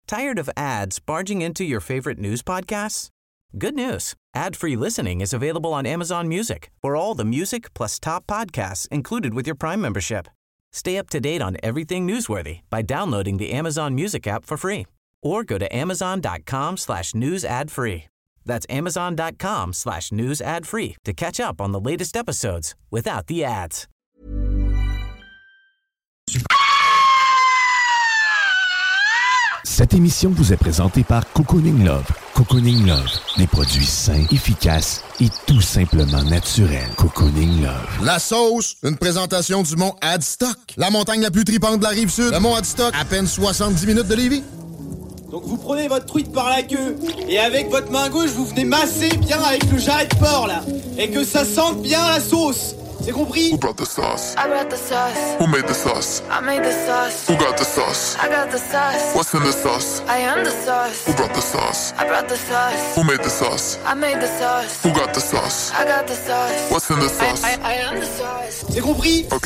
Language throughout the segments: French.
Tired of ads barging into your favorite news podcasts? Good news. Ad-free listening is available on Amazon Music for all the music plus top podcasts included with your Prime membership. Stay up to date on everything newsworthy by downloading the Amazon Music app for free or go to amazon.com/news ad free. That's amazon.com/news ad free to catch up on the latest episodes without the ads. Cette émission vous est présentée par Cocooning Love. Cocooning Love, des produits sains, efficaces et tout simplement naturels. Cocooning Love. La sauce, une présentation du mont Adstock. La montagne la plus tripante de la Rive-Sud. Le mont Adstock, à peine 70 minutes de Lévis. Donc vous prenez votre truite par la queue et avec votre main gauche, vous venez masser bien avec le jarret de porc là. Et que ça sente bien la sauce. C'est compris? Who brought the sauce? I brought the sauce. Who made the sauce? I made the sauce. Who got the sauce? I got the sauce. What's in the sauce? I am the sauce. Who brought the sauce? I brought the sauce. Who made the sauce? I made the sauce. Who got the sauce? I got the sauce. What's in the sauce? I am the sauce. C'est compris? OK.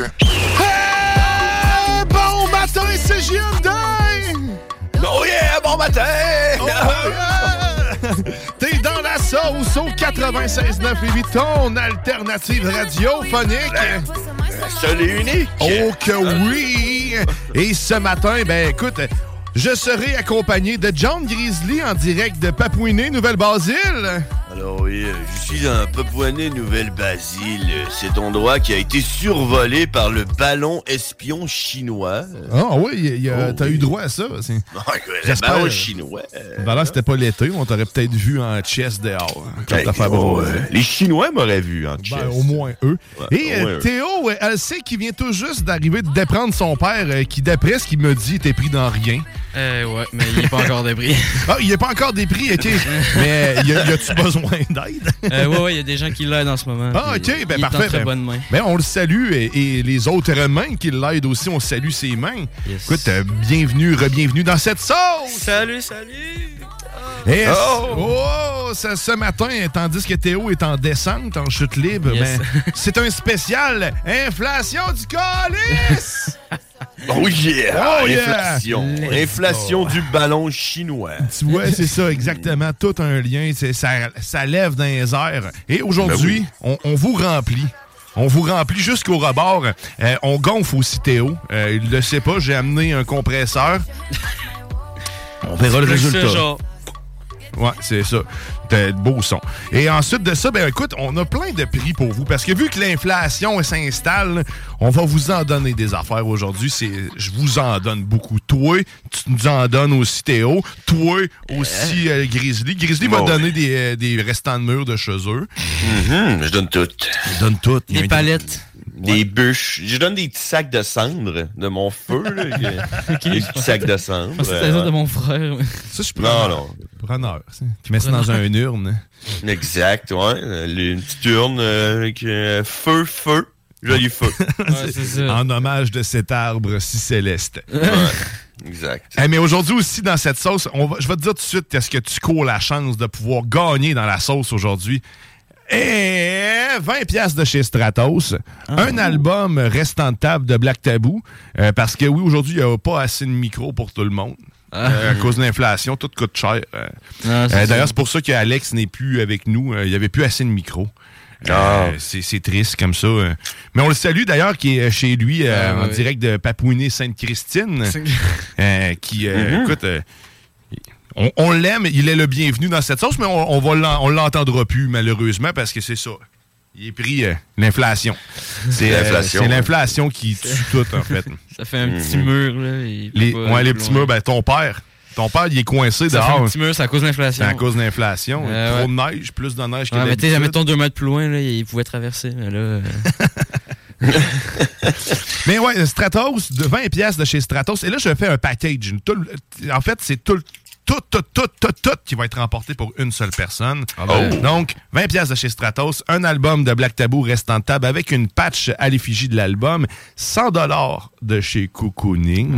Hey! Bon matin, c'est JMD! Oh yeah, bon matin! Oh yeah! T'es dans la sauce au 96.9 Lévis, ton alternative radiophonique. La seule et unique. Oh que oui! Et ce matin, ben écoute, je serai accompagné de John Grizzly en direct de Papouiné, Nouvelle-Basile. Alors oui, je suis un Papouiné Nouvelle-Basile. Cet endroit qui a été survolé par le ballon espion chinois. Ah oui, t'as eu droit à ça. Le ballon chinois. Voilà, c'était pas l'été, on t'aurait peut-être vu en chess dehors. Les Chinois m'auraient vu en chess. Ben, au moins eux. Ouais, Et au moins Théo, elle sait qu'il vient tout juste d'arriver de déprendre son père, qui d'après ce qu'il me dit, était pris dans rien. Ouais, mais il n'est pas encore dépris. Ah, il n'est pas encore dépris, OK. Mais y a-tu besoin d'aide? Ouais, il y a des gens qui l'aident en ce moment. Ah, OK, ben parfait. Il est en très bonne main. Ben, on le salue et les autres mains qui l'aident aussi, on salue ses mains. Yes. Écoute, bienvenue dans cette sauce! Salut! Et ce matin, tandis que Théo est en descente, en chute libre, Yes. ben, c'est un spécial Inflation du calice! Oh yeah! Oh yeah! Inflation. Inflation du ballon chinois. Tu vois, c'est ça, exactement. Tout un lien. Ça lève dans les airs. Et aujourd'hui, Ben on vous remplit. On vous remplit jusqu'au rebord. On gonfle aussi Théo. Il le sait pas, j'ai amené un compresseur. On verra le résultat. Ouais, c'est ça. De beau son. Et ensuite de ça, ben écoute, on a plein de prix pour vous. Parce que vu que l'inflation s'installe, on va vous en donner des affaires aujourd'hui. Je vous en donne beaucoup. Toi, tu nous en donnes aussi, Théo. Toi aussi, Grizzly. Grizzly va donner des restants de murs de chez eux. Je donne tout. Des palettes. Des bûches. Je donne des petits sacs de cendres de mon feu. Là, des petits sacs de cendres. C'est ça de mon frère. Ça, je suis preneur. Tu mets ça dans une urne. Exact, ouais. Une petite urne avec feu. Joli feu. Ouais, c'est ça. En hommage de cet arbre si céleste. Ouais, exact. Mais aujourd'hui aussi, dans cette sauce, je vais te dire tout de suite, est-ce que tu cours la chance de pouvoir gagner dans la sauce aujourd'hui? Et 20$ de chez Stratos, un album restant de table de Black Tabou, parce que oui, aujourd'hui, il n'y a pas assez de micros pour tout le monde. À cause de l'inflation, tout coûte cher. D'ailleurs, c'est pour ça qu'Alex n'est plus avec nous. Il n'y avait plus assez de micros. C'est triste comme ça. Mais on le salue d'ailleurs, qui est chez lui en direct de Papouiné-Sainte-Christine. Écoute... On l'aime, il est le bienvenu dans cette sauce, mais on l'entendra plus, malheureusement, parce que c'est ça. Il est pris l'inflation. C'est l'inflation qui tue tout, en fait. Ça fait un petit mur, là. Les petits murs, ben ton père, il est coincé dehors. Ça fait un petit mur, c'est à cause de l'inflation. C'est à cause de l'inflation. Trop de neige, plus de neige que d'habitude. Mais mettons 2 mètres plus loin, là, il pouvait traverser, mais là... Mais ouais, Stratos, de 20$ de chez Stratos. Et là, je fais un package. En fait, c'est tout qui va être remporté pour une seule personne. Donc, 20$ de chez Stratos, un album de Black Tabou restant de table avec une patch à l'effigie de l'album, 100$ de chez Cocooning.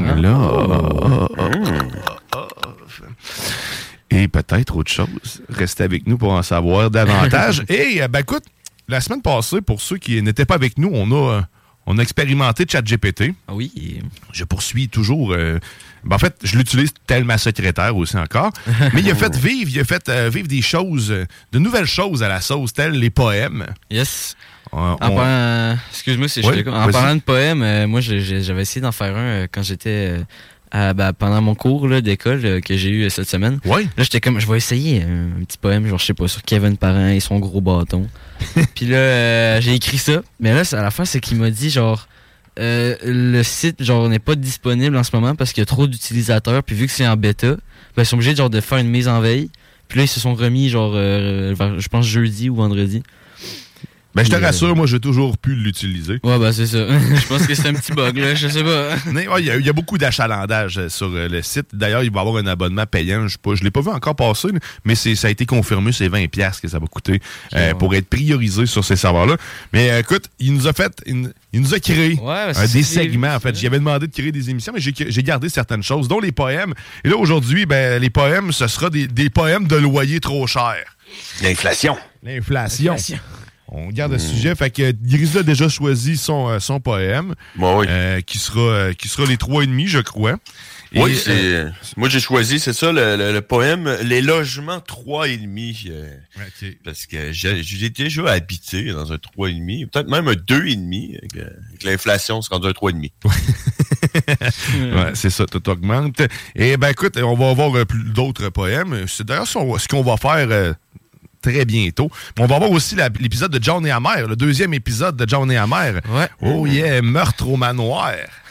Et peut-être autre chose. Restez avec nous pour en savoir davantage. Et, écoute, la semaine passée, pour ceux qui n'étaient pas avec nous, On a expérimenté ChatGPT. Ah oui. Je poursuis toujours... en fait, je l'utilise tel ma secrétaire aussi encore. Mais il a fait vivre des choses, de nouvelles choses à la sauce, telles les poèmes. Yes. Excuse-moi si je Oui, suis d'accord. En parlant de poèmes, moi, j'avais essayé d'en faire un quand j'étais... pendant mon cours là, d'école que j'ai eu cette semaine. Oui. Là, j'étais comme, je vais essayer un petit poème, genre, je sais pas, sur Kevin Parent et son gros bâton. Puis là, j'ai écrit ça. Mais là, à la fin, c'est qu'il m'a dit, genre, le site, genre, n'est pas disponible en ce moment parce qu'il y a trop d'utilisateurs. Puis vu que c'est en bêta, ben, ils sont obligés, genre, de faire une mise en veille. Puis là, ils se sont remis, genre, je pense jeudi ou vendredi. Ben, je te rassure, moi, j'ai toujours pu l'utiliser. Ouais, ben, c'est ça. Je pense que c'est un petit bug, là. Je sais pas. Il y a beaucoup d'achalandage sur le site. D'ailleurs, il va y avoir un abonnement payant. Je l'ai pas vu encore passer, là, mais ça a été confirmé. C'est 20$ que ça va coûter pour être priorisé sur ces serveurs-là. Mais écoute, il nous a créé des segments. En fait, j'avais demandé de créer des émissions, mais j'ai gardé certaines choses, dont les poèmes. Et là, aujourd'hui, ben, les poèmes, ce sera des poèmes de loyer trop cher. L'inflation. On garde le sujet. Fait que Grisla a déjà choisi son poème, qui sera les 3,5, je crois. Et, oui, moi j'ai choisi, c'est ça, le poème Les logements 3,5. Parce que j'ai déjà habité dans un 3,5, peut-être même un 2,5. Avec l'inflation, c'est rendu un 3,5. Ouais, c'est ça, tout augmente. Et ben écoute, on va avoir d'autres poèmes. C'est d'ailleurs ce qu'on va faire... très bientôt. Mais on va avoir aussi l'épisode de John et Amer, le 2e épisode de John et Amer. Ouais. Oh yeah, meurtre au manoir.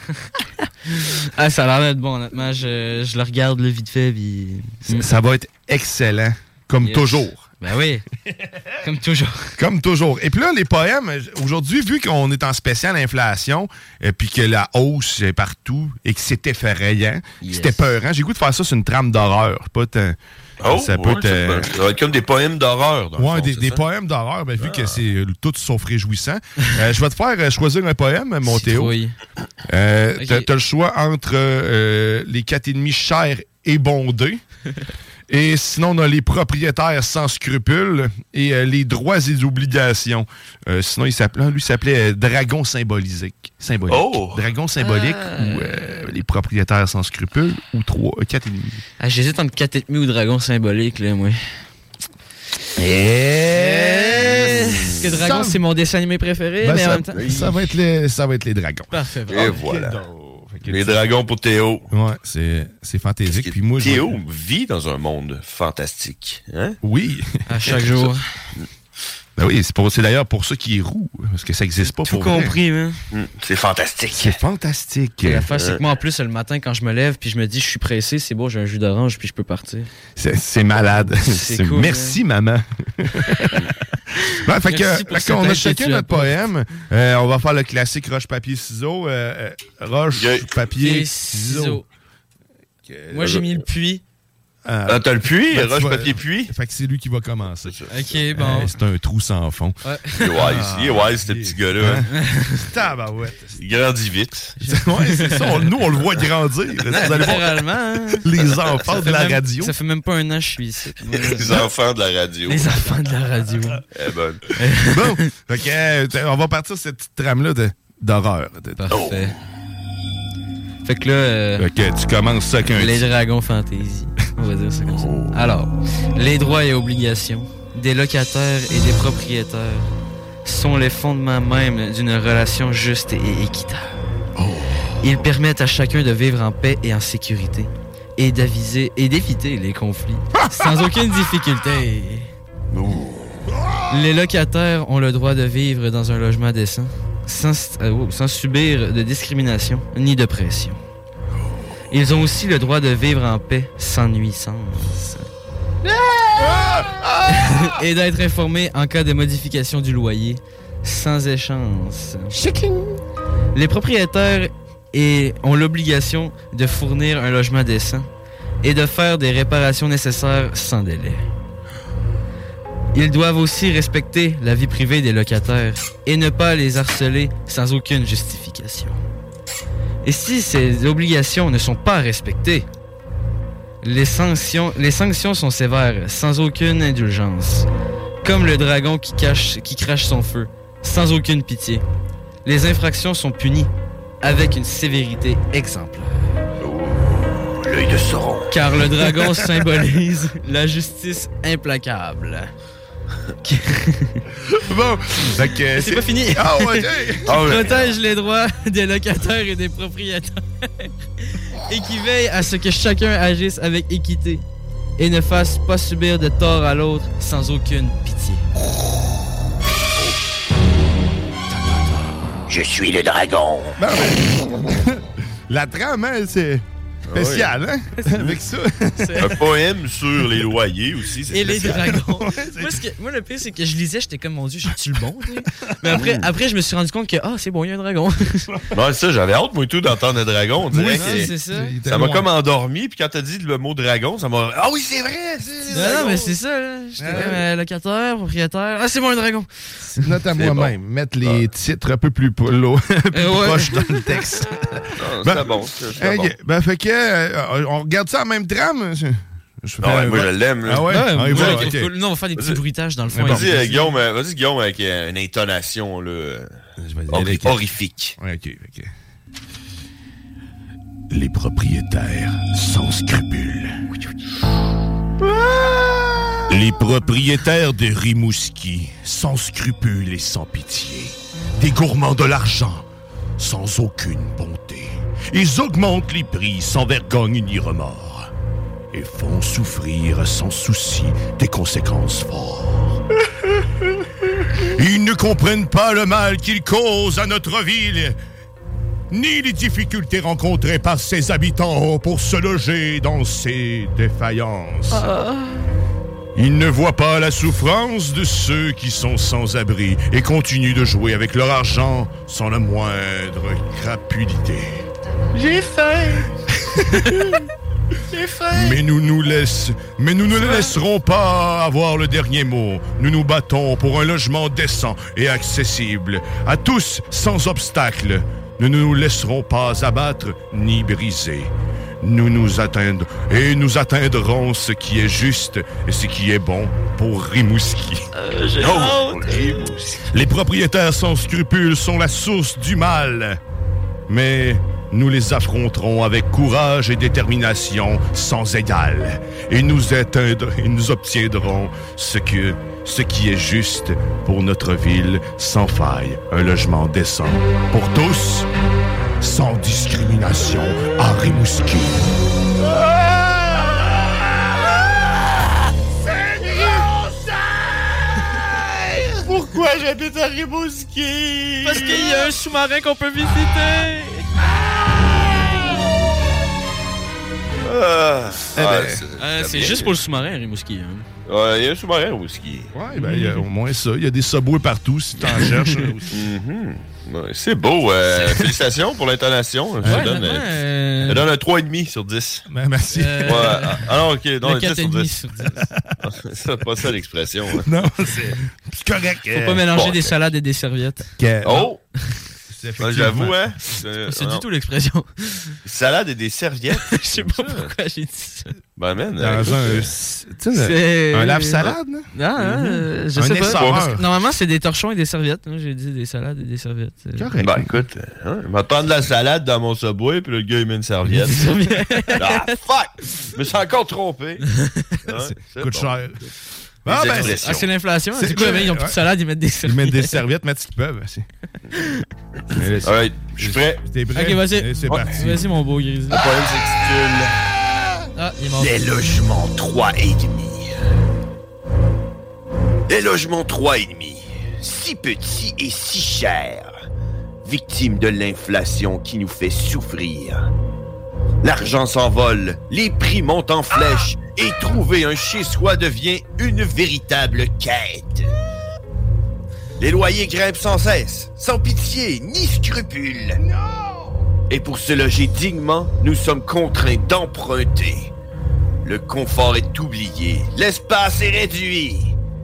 Ça a l'air d'être bon, honnêtement. Je le regarde le vite fait. Puis... Ça va être excellent, comme toujours. Ben oui, comme toujours. Et puis là, les poèmes, aujourd'hui, vu qu'on est en spécial inflation, puis que la hausse est partout, et que c'est effrayant, c'était peurant, j'ai le goût de faire ça sur une trame d'horreur. Pas tant... ça va être comme des poèmes d'horreur. Des poèmes d'horreur, ben, vu que c'est tout sauf réjouissant. Je vais te faire choisir un poème, mon Théo. T'as le choix entre les 4,5 chers et bondés. Et sinon, on a les propriétaires sans scrupules et les droits et obligations. Sinon, lui s'appelait Dragon symbolique. Dragon symbolique ou les propriétaires sans scrupules ou 4,5. J'hésite entre 4,5 ou Dragon symbolique, là, moi. Parce que Dragon, c'est mon dessin animé préféré, mais en même temps... Ça va être les dragons. Parfait. Et voilà. Les dragons pour Théo. Ouais, c'est fantaisique. Puis moi, Théo vit dans un monde fantastique. Hein? Oui. À chaque jour. Ben oui, c'est d'ailleurs pour ça qu'il est roux, parce que ça n'existe pas tout pour compris, vrai. C'est fantastique. C'est fantastique. L'affaire, c'est que moi, en plus, le matin, quand je me lève, puis je me dis, je suis pressé, c'est bon, j'ai un jus d'orange, puis je peux partir. C'est malade. C'est cool. Merci, maman. Fait qu'on a chacun notre poème. On va faire le classique roche-papier-ciseaux. Roche-papier-ciseaux. Moi, j'ai mis le puits. T'as le puits, roche-papier-puits? Fait que c'est lui qui va commencer. OK, bon. C'est un trou sans fond. Ouais. Il est wise, ce petit gars-là. Tabarouette. Il grandit vite. Ouais, c'est ça. Nous, on le voit grandir. Littéralement. Les enfants de la radio. Ça fait même pas un an que je suis ici. Les enfants de la radio. Les enfants de la radio. Elle est bonne. Bon, fait que, on va partir sur cette petite trame-là d'horreur. Parfait. Fait que là... Fait que tu commences ça qu'un... Les dragons fantasy. On va dire ça comme ça. Alors, les droits et obligations des locataires et des propriétaires sont les fondements même d'une relation juste et équitable. Ils permettent à chacun de vivre en paix et en sécurité et d'éviter les conflits sans aucune difficulté. Les locataires ont le droit de vivre dans un logement décent sans subir de discrimination ni de pression. Ils ont aussi le droit de vivre en paix sans nuisance. Et d'être informés en cas de modification du loyer sans échéance. Les propriétaires ont l'obligation de fournir un logement décent et de faire des réparations nécessaires sans délai. Ils doivent aussi respecter la vie privée des locataires et ne pas les harceler sans aucune justification. Et si ces obligations ne sont pas respectées, les sanctions sont sévères, sans aucune indulgence. Comme le dragon qui crache son feu, sans aucune pitié. Les infractions sont punies avec une sévérité exemplaire. L'œil de Sauron. Car le dragon symbolise la justice implacable. Bon, fait que c'est pas fini. Ah ouais, Protège les droits des locataires et des propriétaires et qui veille à ce que chacun agisse avec équité et ne fasse pas subir de tort à l'autre sans aucune pitié. Je suis le dragon. Ben, la trame, hein, c'est spécial, hein? Avec ça. Un poème sur les loyers aussi. Et les dragons. Moi, le pire, c'est que je lisais, j'étais comme, mon Dieu, j'ai-tu le bon? Mais après, je me suis rendu compte que, c'est bon, il y a un dragon. Non, ça, j'avais hâte, moi, tout, d'entendre le dragon. On dirait que c'est ça. Ça m'a comme endormi, puis quand t'as dit le mot dragon, ça m'a. Ah oui, c'est vrai! Non, mais c'est ça, là. J'étais comme locataire, propriétaire. Ah, c'est bon, un dragon. Note à moi-même. Bon. Mettre les titres un peu plus proches dans le texte. C'est bon. Ben, fait que. On regarde ça en même trame? Moi, je l'aime. Ah ouais? Non, on va faire des petits bruitages dans le fond. Vas-y, Guillaume, avec une intonation là, horrifique. Ouais, OK. Les propriétaires sans scrupules. Les propriétaires de Rimouski, sans scrupules et sans pitié. Des gourmands de l'argent, sans aucune bonté. Ils augmentent les prix sans vergogne ni remords et font souffrir sans souci des conséquences fortes. Ils ne comprennent pas le mal qu'ils causent à notre ville, ni les difficultés rencontrées par ses habitants pour se loger dans ces défaillances. Ils ne voient pas la souffrance de ceux qui sont sans abri et continuent de jouer avec leur argent sans la moindre crapulité. J'ai faim. J'ai faim. Mais nous ne laisserons pas avoir le dernier mot. Nous nous battons pour un logement décent et accessible à tous sans obstacle. Nous ne nous laisserons pas abattre ni briser. Nous atteindrons ce qui est juste et ce qui est bon pour Rimouski. J'ai hâte. Les propriétaires sans scrupules sont la source du mal. Mais nous les affronterons avec courage et détermination sans égal. Et nous obtiendrons ce qui est juste pour notre ville sans faille. Un logement décent pour tous, sans discrimination à Rimouski. Pourquoi j'habite à Rimouski? Parce qu'il y a un sous-marin qu'on peut visiter. C'est juste pour le sous-marin à Rimouski. Hein. Il y a un sous-marin à Rimouski. Ouais, ben, il y a au moins ça. Il y a des subways partout si t'en cherches. Ouais, c'est beau. Félicitations pour l'intonation. Je donne un 3,5 sur 10. Ben, merci. Alors, OK. Non, 4,5 sur 10. C'est pas ça l'expression. Hein. Non, c'est correct. Faut pas mélanger des salades et des serviettes. Oh! J'avoue, hein? C'est du tout l'expression. Salade et des serviettes. Je sais pas pourquoi j'ai dit ça. Ben, man. Un lave-salade? Non, je sais pas. Parce que normalement, c'est des torchons et des serviettes. J'ai dit des salades et des serviettes. Correct. Ben, écoute, je vais prendre de la salade dans mon Subway, puis le gars, il met une serviette. Ah, fuck! Je me suis encore trompé. Ça coûte cher. C'est l'inflation. C'est quoi, ils ont plus de salade, ils mettent des serviettes. Ils mettent des serviettes, mettent ce qu'ils peuvent. Alright, je suis prêt. T'es prêt? Ok, vas-y. C'est parti. Vas-y, mon beau Grizzly. Le poème s'intitule il est mort. Les logements 3,5. Les logements 3,5. Si petits et si chers. Victimes de l'inflation qui nous fait souffrir. L'argent s'envole, les prix montent en flèche et trouver un chez-soi devient une véritable quête. Les loyers grimpent sans cesse, sans pitié ni scrupule. Et pour se loger dignement, nous sommes contraints d'emprunter. Le confort est oublié, l'espace est réduit.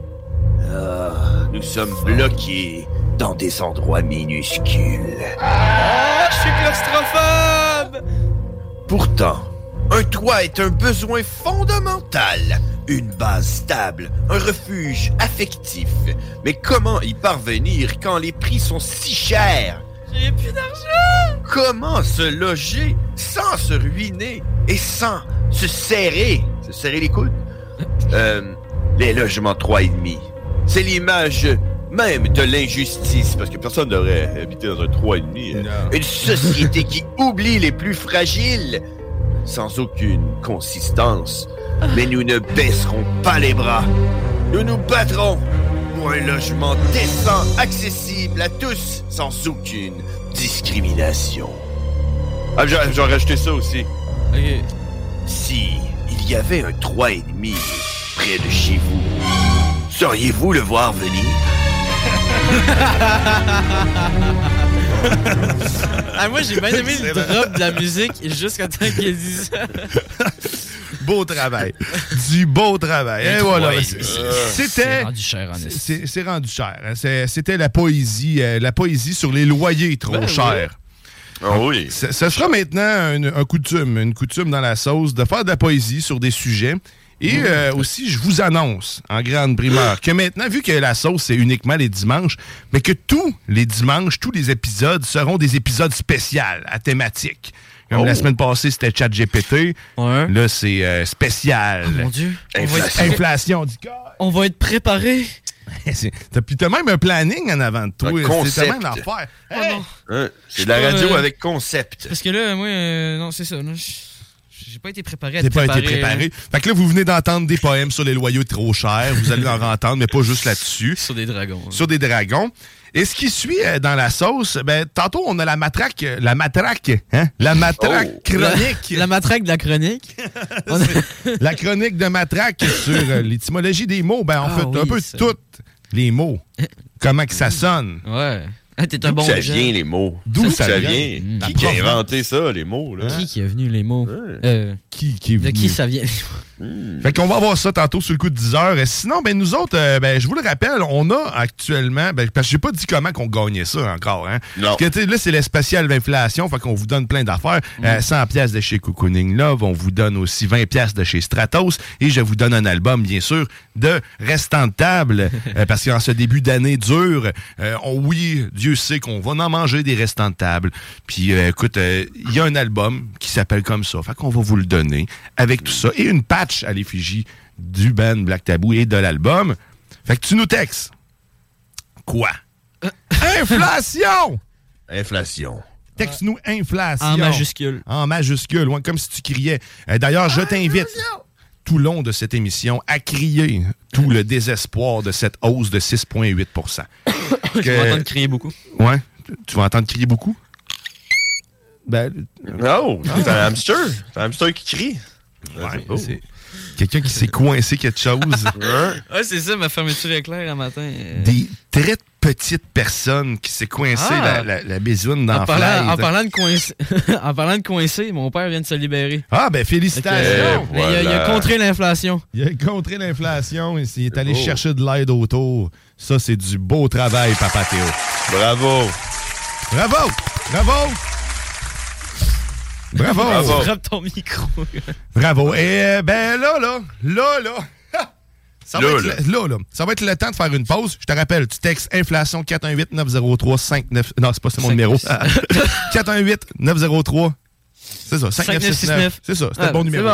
Nous sommes bloqués dans des endroits minuscules. Je suis claustrophobe! Pourtant, un toit est un besoin fondamental, une base stable, un refuge affectif. Mais comment y parvenir quand les prix sont si chers? J'ai plus d'argent! Comment se loger sans se ruiner et sans se serrer les coudes? Les logements 3,5. C'est l'image même de l'injustice, parce que personne ne devrait habiter dans un 3,5. Une société qui oublie les plus fragiles, sans aucune consistance. Mais nous ne baisserons pas les bras. Nous nous battrons pour un logement décent, accessible à tous, sans aucune discrimination. Ah, j'ai rajouté ça aussi. Ok. Si il y avait un 3,5 près de chez vous, sauriez-vous le voir venir? Ah, moi, j'ai bien aimé le drop de la musique jusqu'à temps qu'il dise ça. Beau travail. Du beau travail. Et voilà. C'était... C'est rendu cher, en effet. C'est rendu cher. C'était la poésie sur les loyers trop chers. Ah oui. Ce sera maintenant une coutume dans la sauce de faire de la poésie sur des sujets. Et aussi, je vous annonce en grande primeur que maintenant, vu que la sauce, c'est uniquement les dimanches, mais que tous les dimanches, tous les épisodes seront des épisodes spéciaux à thématique. Comme la semaine passée, c'était ChatGPT. Ouais. Là, c'est spécial. Oh mon Dieu. Inflation du cœur. On va être préparés. Puis t'as même un planning en avant de toi. C'est même l'affaire. Hey. Non. C'est de la radio avec concept. Parce que là, moi, non, c'est ça. Là, j'ai pas été préparé à te préparer. T'as pas été préparé. Fait que là, vous venez d'entendre des poèmes sur les loyers trop chers. Vous allez en entendre, mais pas juste là-dessus. Sur des dragons. Sur des dragons. Et ce qui suit dans la sauce, ben tantôt, on a la matraque chronique. La matraque de la chronique. La chronique de matraque sur l'étymologie des mots. Ben, en fait, un peu tous les mots. Comment que ça sonne. Ouais. Ah, t'es un bon ça vient, les mots? D'où ça vient? Qui a inventé ça, les mots? Là? Qui est venu, les mots? Qui est venu? De qui ça vient? Fait qu'on va voir ça tantôt sur le coup de 10 heures. Sinon, ben nous autres, je vous le rappelle, on a actuellement... parce que j'ai pas dit comment qu'on gagnait ça encore. Hein? Non. Parce que là, c'est le spécial d'inflation. Fait qu'on vous donne plein d'affaires. 100$ de chez Cocooning Love. On vous donne aussi 20$ de chez Stratos. Et je vous donne un album, bien sûr, de Restant de table. Parce qu'en ce début d'année dur, oui, Dieu sait qu'on va en manger des restants de table. Puis, écoute, il y a un album qui s'appelle comme ça. Fait qu'on va vous le donner avec tout ça. Et une patch à l'effigie du band Black Tabou et de l'album. Fait que tu nous textes. Quoi? Inflation! Inflation. Texte-nous inflation. En majuscule. En majuscule, ouais, comme si tu criais. D'ailleurs, je t'invite tout le long de cette émission à crier tout le désespoir de cette hausse de 6,8 Tu vas entendre crier beaucoup. Ouais. Tu vas entendre crier beaucoup? Ben... Oh! C'est un hamster. C'est un hamster qui crie. Ouais, c'est quelqu'un qui s'est coincé quelque chose. Ouais, c'est ça, ma fermeture éclair un matin. Des très petites personnes qui s'est coincé la bisoune dans la fenêtre. En parlant de coincer, mon père vient de se libérer. Ah, ben félicitations! Voilà. Il a contré l'inflation. Il a contré l'inflation. Il est allé chercher de l'aide autour. Ça, c'est du beau travail, Papa Théo. Bravo! Bravo! Bravo! Bravo! Frappe ton micro. Bravo. Et là. Ça va être le temps de faire une pause. Je te rappelle, tu textes inflation 418-903-59... Non, c'est pas mon numéro. 418-903... C'est ça, 5969. C'est ça, c'est le bon numéro.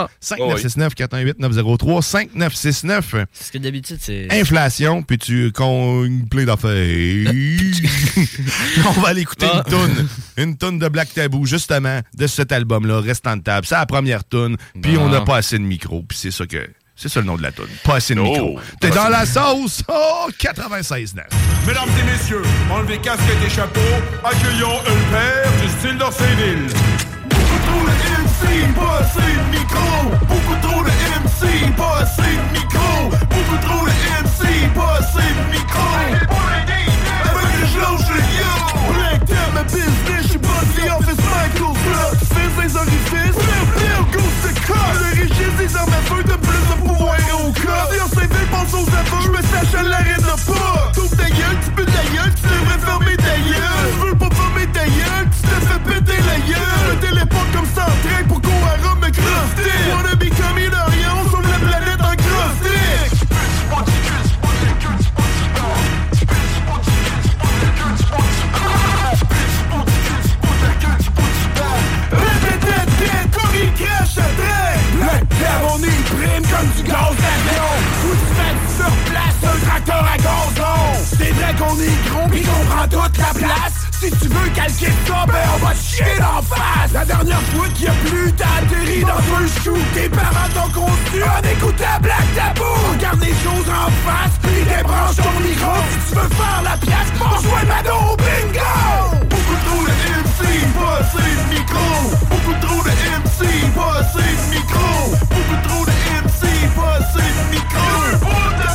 5969-418-903-5969. Parce que d'habitude, c'est... Inflation, puis tu cognes plein d'affaires. On va aller écouter une toune de Black Tabou, justement, de cet album-là, Restant de table. C'est la première toune, puis on n'a pas assez de micro, puis c'est ça que... C'est ça le nom de la toune. Pas assez de micro. T'es dans la sauce. 96.9. Mesdames et messieurs, enlevez casquettes et chapeaux. Accueillons un père du style d'Orséville. Beaucoup trop de MC, pas assez de micro. Beaucoup trop de MC, pas assez de micro. Beaucoup trop de MC, pas assez de micro. Avec que je lâche le yo. Black Tab, ma business, j'suis pas The Office Michael. Block, fils des orifices. Léo, goose de corps. Le régime des armes à feu de plus de pouvoir au corps. Si on s'éveille, pense aux aveux. J'me sache à l'arrêt de pas. T'ouvres ta gueule, tu peux ta gueule. Tu devrais fermer ta gueule. Tu veux pas fermer ta gueule, tu te fais péter la gueule. Je me téléporte comme ça en train pour qu'on arrête me cruster. Wanna be comme une Orion. vrai qu'on est gros pis qu'on prend toute la place. Si tu veux calquer ça, ben on va te chier d'en face. La dernière fois qu'il y a plu, t'as atterri dans un chou. Tes parents t'ont conçu en écoutant Black Tabou. Regarde les choses en face, pis débranche ton micro. Si tu veux faire la pièce, on joue Mado au bingo. Beaucoup trop de MC, pas assez de micro. Beaucoup trop de MC, pas assez de micro. Beaucoup trop de MC, pas assez de micro.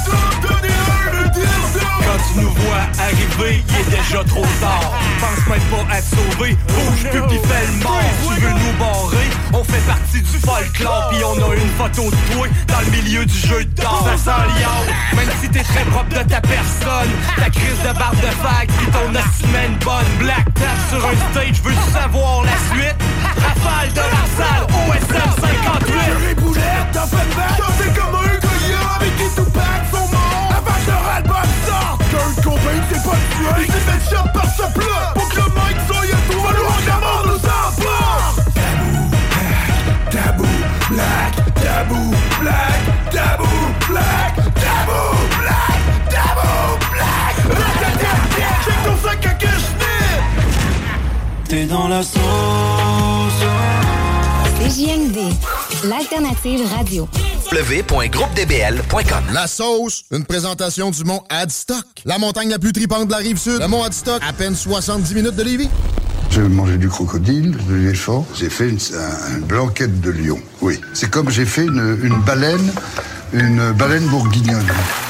Quand tu nous vois arriver, il est déjà trop tard. Pense même pas à te sauver, bouge plus pis fais le mort. Tu veux nous barrer, on fait partie du folklore. Pis on a une photo de toi dans le milieu du jeu d'or. Ça sent l'iode, même si t'es très propre de ta personne. Ta crise de barbe de vague, pis ton semaine bonne. Black tap sur un stage, veux-tu savoir la suite? Rafale de la salle, OSM 58. Les boulettes, t'as fait de bac. T'as fait comme un coyote avec des Tupac sont morts avant que leur album sorte. Kurt Cobain c'est pas tué, il s'est fait shot par ce plat. Pour que le mic soit à toi, nous on demande nous emporte. Tabou, black, tabou, black, tabou, black, tabou, black, tabou, black. Check ton sac à cache. T'es dans la sauce. CJMD, l'alternative radio. www.groupedbl.com. La sauce, une présentation du mont Adstock. La montagne la plus tripante de la Rive-Sud. Le mont Adstock, à peine 70 minutes de Lévis. J'ai mangé du crocodile, de l'éléphant. J'ai fait une blanquette de lion. Oui, c'est comme j'ai fait une baleine bourguignonne.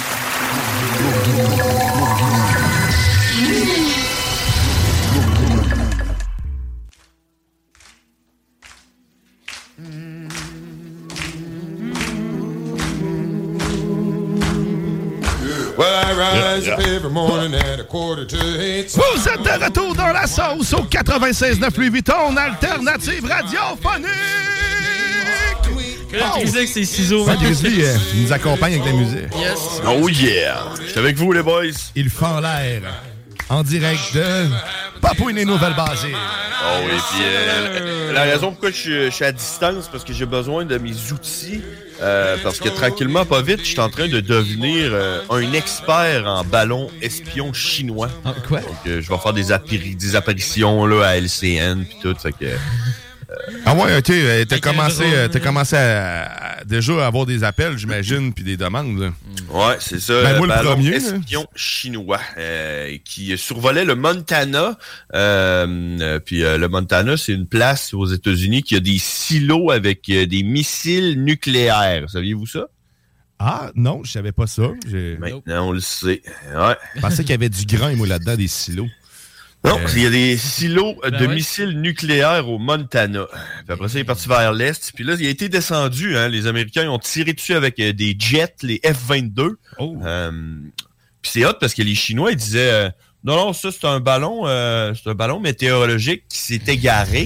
Vous êtes de retour dans la sauce au 96.9 Louis Vuitton, alternative radiophonique! Avec ses ciseaux. Grizzly nous accompagne avec la musique. Yes. Oh yeah! J'étais avec vous, les boys. Il fend l'air en direct de Papouinie-Nouvelle-Basile. Oh oui, puis la raison pourquoi je suis à distance, parce que j'ai besoin de mes outils. Parce que tranquillement, pas vite, je suis en train de devenir un expert en ballons espions chinois. Ah, quoi? Donc, je vais faire des apparitions là, à LCN puis tout. Fait que, ah ouais, ok. T'as commencé à déjà avoir des appels, j'imagine, puis des demandes. Là. Ouais, c'est ça. Ben, moi, le premier. Espion chinois qui survolait le Montana. Puis le Montana, c'est une place aux États-Unis qui a des silos avec des missiles nucléaires. Saviez-vous ça? Ah, non, je savais pas ça. Maintenant, on le sait. Ouais. Je pensais qu'il y avait du grain, moi, là-dedans, des silos. Non, il y a des silos de missiles nucléaires au Montana. Puis après ça, il est parti vers l'Est. Puis là, il a été descendu. Hein. Les Américains ils ont tiré dessus avec des jets, les F-22. Oh. Puis c'est hot parce que les Chinois, ils disaient non, ça, c'est un ballon météorologique qui s'est égaré.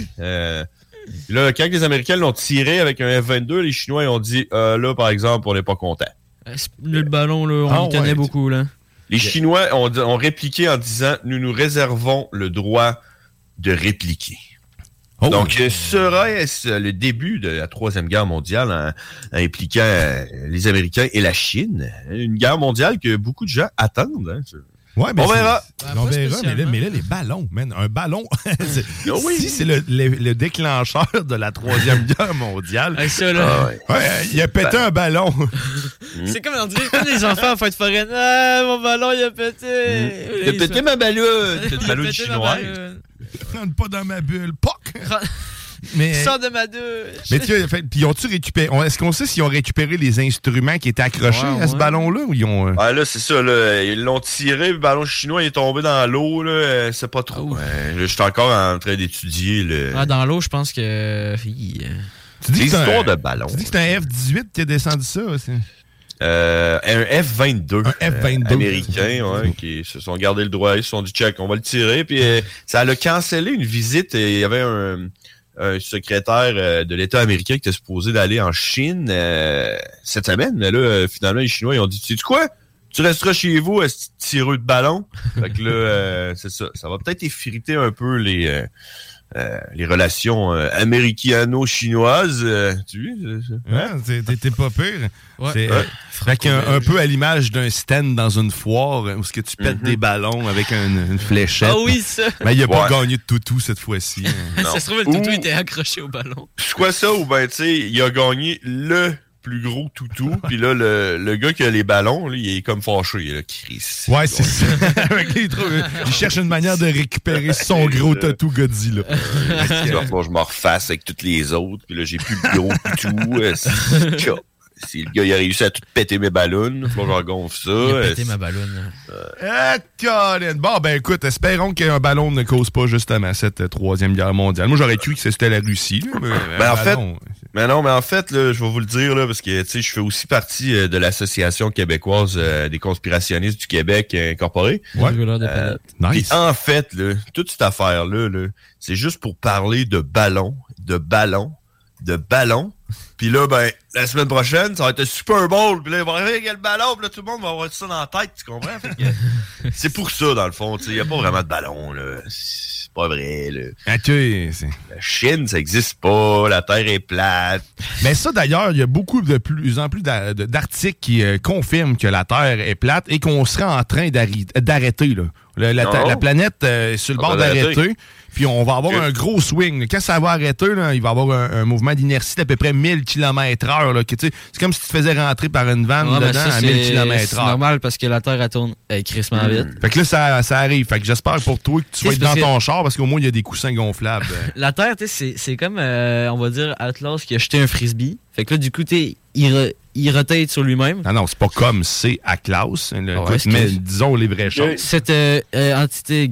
Là, quand les Américains l'ont tiré avec un F-22, les Chinois, ils ont dit là, par exemple, on n'est pas content. Le ballon, là, on y tenait beaucoup, là. Les Chinois ont répliqué en disant « Nous nous réservons le droit de répliquer ». Donc, serait-ce le début de la Troisième Guerre mondiale impliquant les Américains et la Chine? Une guerre mondiale que beaucoup de gens attendent. Hein? Ouais, mais on verra. On verra, mais là, les ballons, man. Un ballon, si c'est le déclencheur de la Troisième Guerre mondiale. Ça, là. Il a pété un ballon. C'est comme on dit, comme les enfants en fête foraine. Ah, mon ballon, il a pété. Il a pété ma ballonne. C'est une ballonne chinoise. Rentre pas dans ma bulle. Poc! Sors de ma douche. Mais puis ont-tu récupéré? Est-ce qu'on sait s'ils ont récupéré les instruments qui étaient accrochés à ce ballon-là ou ils ont. Ah là, c'est ça, là. Ils l'ont tiré, le ballon chinois il est tombé dans l'eau, là. C'est pas trop. Là, je suis encore en train d'étudier. Dans l'eau, je pense que. Tu dis c'est histoire de ballon. Tu dis que c'est un F-18 qui a descendu ça aussi? Un F-22. Un F-22. Américain, qui se sont gardés le droit. Ils se sont dit, check, on va le tirer. Puis ça a cancellé une visite. Il y avait un secrétaire de l'État américain qui était supposé d'aller en Chine cette semaine. Mais là, finalement, les Chinois ils ont dit, tu sais quoi? Tu resteras chez vous, tireux de ballon. Fait que là, c'est ça. Ça va peut-être effriter un peu les relations américano-chinoises. Tu vois? T'es pas pire. Ouais. C'est fait un peu à l'image d'un stand dans une foire où ce que tu pètes des ballons avec une fléchette. Ah oui, ça! Mais il a pas gagné de toutou cette fois-ci. Ça se trouve, le toutou était accroché au ballon. Soit ça, ou ben, tu sais, il a gagné le plus gros toutou, puis là, le gars qui a les ballons, là, il est comme fâché, là, Chris. Ouais, c'est ça. Il cherche une manière de récupérer son gros toutou Godzilla. Moi, je me refasse avec toutes les autres, puis là, j'ai plus le gros toutou. Si le gars il a réussi à tout péter mes ballons, il faut que je gonfle ça. Il a pété ma ballonne. Colin. Bon, ben écoute, espérons qu'un ballon ne cause pas justement cette troisième guerre mondiale. Moi, j'aurais cru que c'était la Russie. Là, en fait, là, je vais vous le dire, là, parce que je fais aussi partie de l'Association québécoise des conspirationnistes du Québec incorporée. Ouais. Nice. En fait, là, toute cette affaire-là, là, c'est juste pour parler de ballons. Puis là, ben, la semaine prochaine, ça va être un Super Bowl. Puis là, il va arriver avec le ballon. Puis là, tout le monde va avoir ça dans la tête, tu comprends? Fait que, c'est pour ça, dans le fond. Il n'y a pas vraiment de ballon, là. C'est pas vrai, là. La Chine, ça n'existe pas. La Terre est plate. Mais ça, d'ailleurs, il y a beaucoup de plus en plus d'articles qui confirment que la Terre est plate et qu'on serait en train d'arrêter, là. La planète est sur le bord d'arrêter. Puis on va avoir un gros swing. Quand ça va arrêter, là, il va y avoir un mouvement d'inertie d'à peu près 1000 km/h. C'est comme si tu te faisais rentrer par une vanne dedans à 1000 km/h. C'est normal parce que la Terre, elle tourne crissement vite. Fait que là, ça arrive. Fait que j'espère pour toi que tu vas être dans ton char parce qu'au moins, il y a des coussins gonflables. La Terre, tu sais, c'est comme, on va dire, Atlas qui a jeté un frisbee. Fait que là, du coup, il rotate sur lui-même. Non, c'est pas comme c'est Atlas. Mais disons les vraies choses. Cette entité.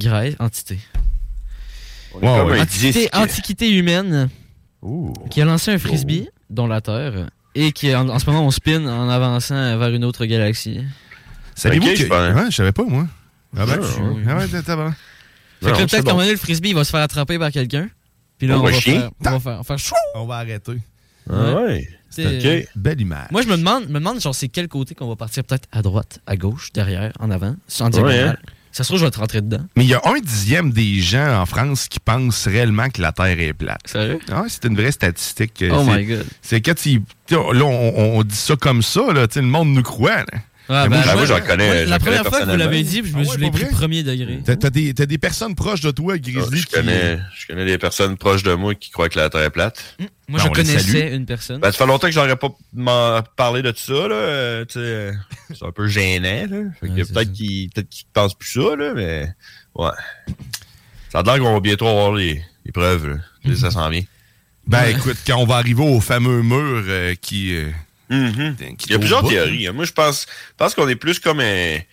Antiquité humaine qui a lancé un frisbee, dont la Terre, et qui en ce moment on spin en avançant vers une autre galaxie. Savez-vous que... je savais pas, moi. Ah ben, t'as bon. Fait que peut-être qu'à un moment donné, le frisbee, il va se faire attraper par quelqu'un. Puis là, on va faire chou! On va arrêter. Ouais. C'est belle image. Moi, je me demande genre, c'est quel côté qu'on va partir, peut-être à droite, à gauche, derrière, en avant, en diagonale. Ça se trouve, je vais te rentrer dedans. Mais il y a 1/10 des gens en France qui pensent réellement que la Terre est plate. Sérieux? Ah, c'est une vraie statistique. Oh my God. C'est quand là, on dit ça comme ça, là, le monde nous croit. Là. Moi, j'en connais. La première fois que vous l'avez dit, je l'ai pris premier degré. T'as des personnes proches de toi, Grizzly. Je connais des personnes proches de moi qui croient que la Terre est plate. Moi, je connaissais une personne. Ça fait longtemps que j'aurais pas parlé de ça, là. C'est un peu gênant, là. Fait que peut-être qu'ils pensent plus ça, là, mais ouais. Ça a l'air qu'on va bientôt avoir les preuves, là. Ça s'en vient. Ben, écoute, quand on va arriver au fameux mur qui il y a plusieurs théories. Moi, je pense qu'on est plus comme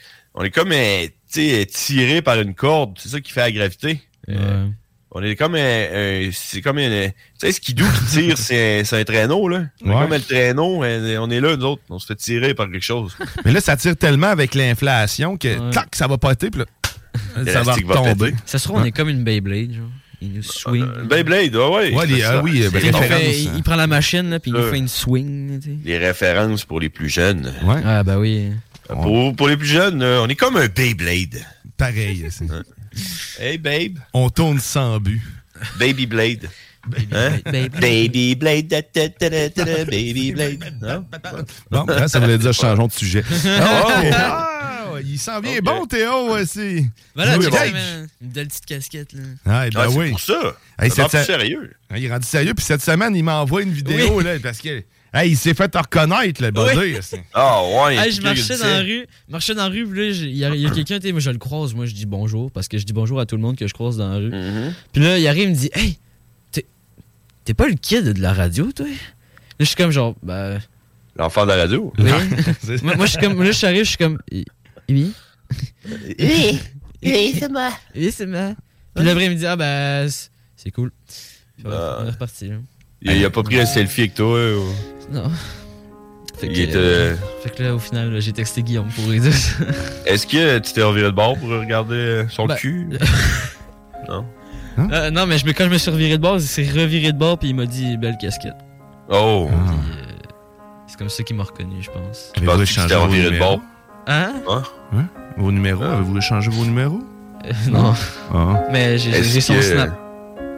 tiré par une corde. C'est ça qui fait la gravité. On est comme c'est comme tu sais, Skidoo qui tire, c'est un traîneau, là. Comme le traîneau, on est là, nous autres. On se fait tirer par quelque chose. Mais là, ça tire tellement avec l'inflation que tac, ça va péter, puis là, ça va tomber. Ça se trouve, on est comme une Beyblade, genre. Il nous swing. Beyblade, oui. Il prend la machine, là, puis il nous fait une swing. T'sais. Les références pour les plus jeunes. Ouais. Ah, bah oui. Pour les plus jeunes, on est comme un Beyblade. Pareil. Hey, babe. On tourne sans but. Baby Blade. Baby Blade. Baby Blade. Bon, là, ça voulait dire changeons de sujet. Il s'en vient bon, Théo, aussi. Voilà, une belle petite casquette, là. Ah, ben oui. C'est pour ça. C'est sérieux. Il est rendu sérieux, puis cette semaine, il m'envoie une vidéo, là, parce que... il s'est fait reconnaître, le body. Ah, ouais. Je marchais dans la rue, puis là, il y a quelqu'un, moi, je le croise, moi, je dis bonjour, parce que je dis bonjour à tout le monde que je croise dans la rue. Puis là, il arrive, il me dit, hey, t'es pas le kid de la radio, toi? Là, je suis comme genre, l'enfant de la radio? Oui. moi, je suis comme, là, je suis comme, oui? Oui, c'est moi. Oui, c'est moi. Puis là, après, il me dit, c'est cool. Puis on est reparti, là. Il a pas pris un selfie avec toi? Non. Fait que là, au final, j'ai texté Guillaume pour lui dire ça. Est-ce que tu t'es reviré de bord pour regarder son cul? Non? Non, mais quand je me suis reviré de bord, il s'est reviré de bord puis il m'a dit belle casquette. Oh! C'est comme ça qu'il m'a reconnu, je pense. Tu penses que tu t'es reviré de bord? Hein? Vos numéros? Avez-vous échangé vos numéros? Non. Mais j'ai son snap.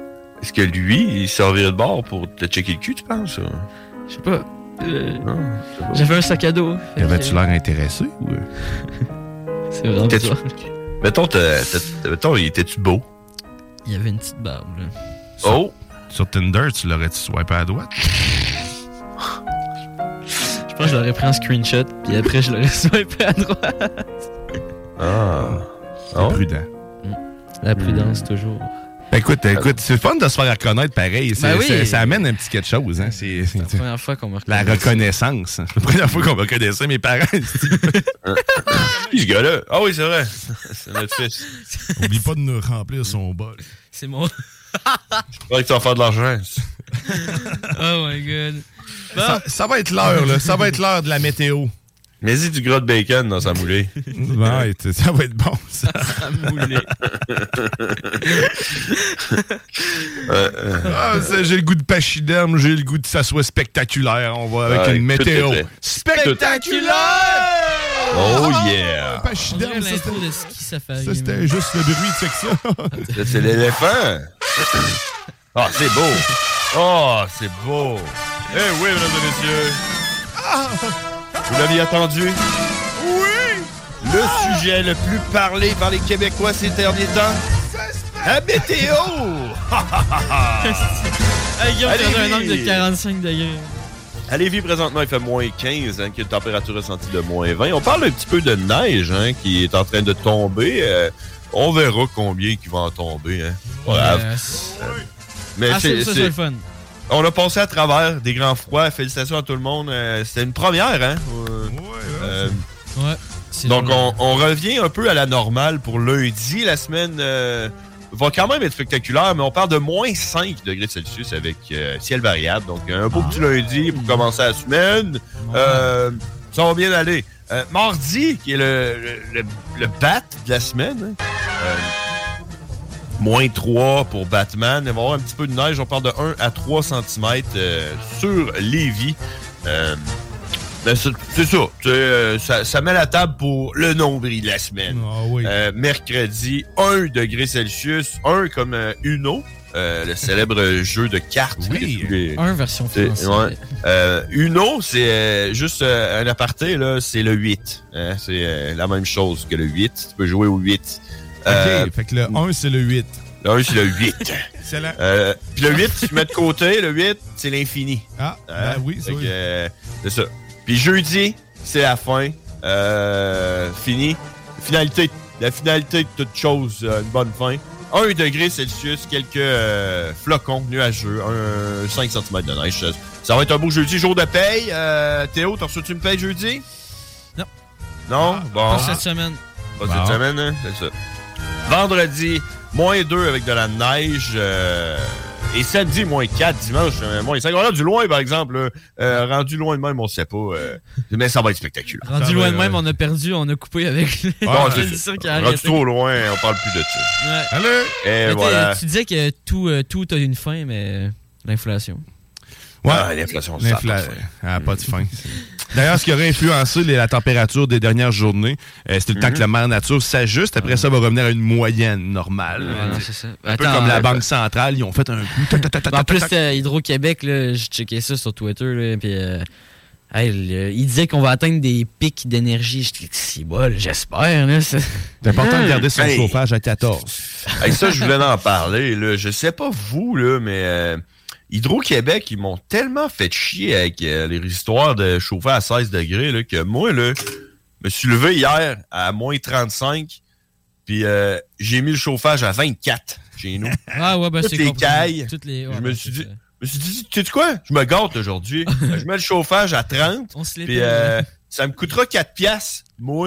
Est-ce que lui, il servirait de bord pour te checker le cul, tu penses? Je sais pas. Non, J'avais un sac à dos. Avais-tu l'air intéressé ou... C'est vraiment bizarre. Mettons, il était-tu beau? Il y avait une petite barbe, là. Sur Tinder, tu l'aurais-tu swipé à droite? Je pense que je l'aurais pris en screenshot, puis après, je l'aurais swipé à droite. C'est prudent. La prudence, toujours. Ben écoute, c'est le fun de se faire reconnaître pareil. Ben oui. Ça amène un petit quelque chose. Hein. C'est la première fois qu'on me la reconnaissance. La première fois qu'on me reconnaissait mes parents. Qui ce gars-là? Ah oui, c'est vrai. C'est notre fils. Oublie pas de nous remplir son bol. C'est mon... Je crois que tu vas faire de l'argent. Oh my God. Bon. Ça va être l'heure, là. Ça va être l'heure de la météo. Mets-y du gras de bacon dans sa moulée. Ouais, ça va être bon, ça. Sa moulée. J'ai le goût de pachyderme, j'ai le goût de ça soit spectaculaire. On va avec une météo spectaculaire! Oh yeah! Pachyderme, ça, l'intro de ski safari. Ça, c'était juste le bruit de section. Ça, c'est l'éléphant. Ah, c'est beau. Oh, c'est beau. Eh oui, mesdames et messieurs. Vous l'aviez attendu? Oui! Le sujet le plus parlé par les Québécois ces derniers temps? La météo! Guillaume, tu as un angle de 45 degrés. À Lévis, présentement, il fait moins 15, hein, qui a une température ressentie de moins 20. On parle un petit peu de neige hein, qui est en train de tomber. On verra combien qui va en tomber. Hein. Voilà. Mais c'est le fun. On a passé à travers des grands froids. Félicitations à tout le monde. C'était une première, hein? Ouais. Donc, on revient un peu à la normale pour lundi. La semaine va quand même être spectaculaire, mais on parle de moins 5 degrés Celsius avec ciel variable. Donc, un beau petit lundi pour commencer la semaine. Ça va bien aller. Mardi, qui est le bat de la semaine, hein? Moins 3 pour Batman. Il va y avoir un petit peu de neige. On parle de 1 à 3 cm sur Lévis. Ben c'est ça. Ça met la table pour le nombril de la semaine. Oui. Mercredi, 1 degré Celsius. 1 comme Uno, le célèbre jeu de cartes. Oui, 1 version française. Uno, c'est juste un aparté, là, c'est le 8. Hein, c'est la même chose que le 8. Tu peux jouer au 8. OK, fait que le 1, c'est le 8. Le 1, c'est le 8. Excellent. Puis le 8, si tu mets de côté, le 8, c'est l'infini. Ah, ben oui, c'est oui. C'est ça. Puis jeudi, c'est la fin. Fini. La finalité de toute chose, une bonne fin. 1 degré Celsius, quelques flocons nuageux, 5 cm de neige. Ça va être un beau jeudi, jour de paye. Théo, t'as reçu-tu une paye jeudi? Non. Non? Bon. Pas cette semaine. Pas cette semaine, hein? C'est ça. Vendredi, moins 2 avec de la neige. Et samedi, moins 4. Dimanche, moins 5. On a du loin, par exemple. Rendu loin de même, on ne sait pas. Mais ça va être spectaculaire. Rendu loin de même, on a perdu, on a coupé avec les c'est qui a rendu trop loin, on parle plus de ça. Ouais. Allez! Et voilà. Tu disais que tout a une fin, mais l'inflation. Ouais, l'inflation, ça n'a pas de fin. D'ailleurs, ce qui aurait influencé la température des dernières journées, c'était le temps que la mère nature s'ajuste. Après ça, va revenir à une moyenne normale. Ouais, c'est ça. Un peu comme la Banque centrale, ils ont fait un coup. En plus, Hydro-Québec, j'ai checké ça sur Twitter, là, puis il disait qu'on va atteindre des pics d'énergie. Je dis, c'est bon, j'espère. Là, c'est important de garder son chauffage à 14. Ça, je voulais en parler. Là. Je sais pas vous, là, mais... Hydro-Québec, ils m'ont tellement fait chier avec les histoires de chauffer à 16 degrés là, que moi, là, me suis levé hier à moins 35, puis j'ai mis le chauffage à 24 chez nous. Ah ouais, ben toutes c'est les cailles. Je me suis dit, tu sais quoi? Je me gâte aujourd'hui. Je mets le chauffage à 30, puis ça me coûtera 4 piastres, moi.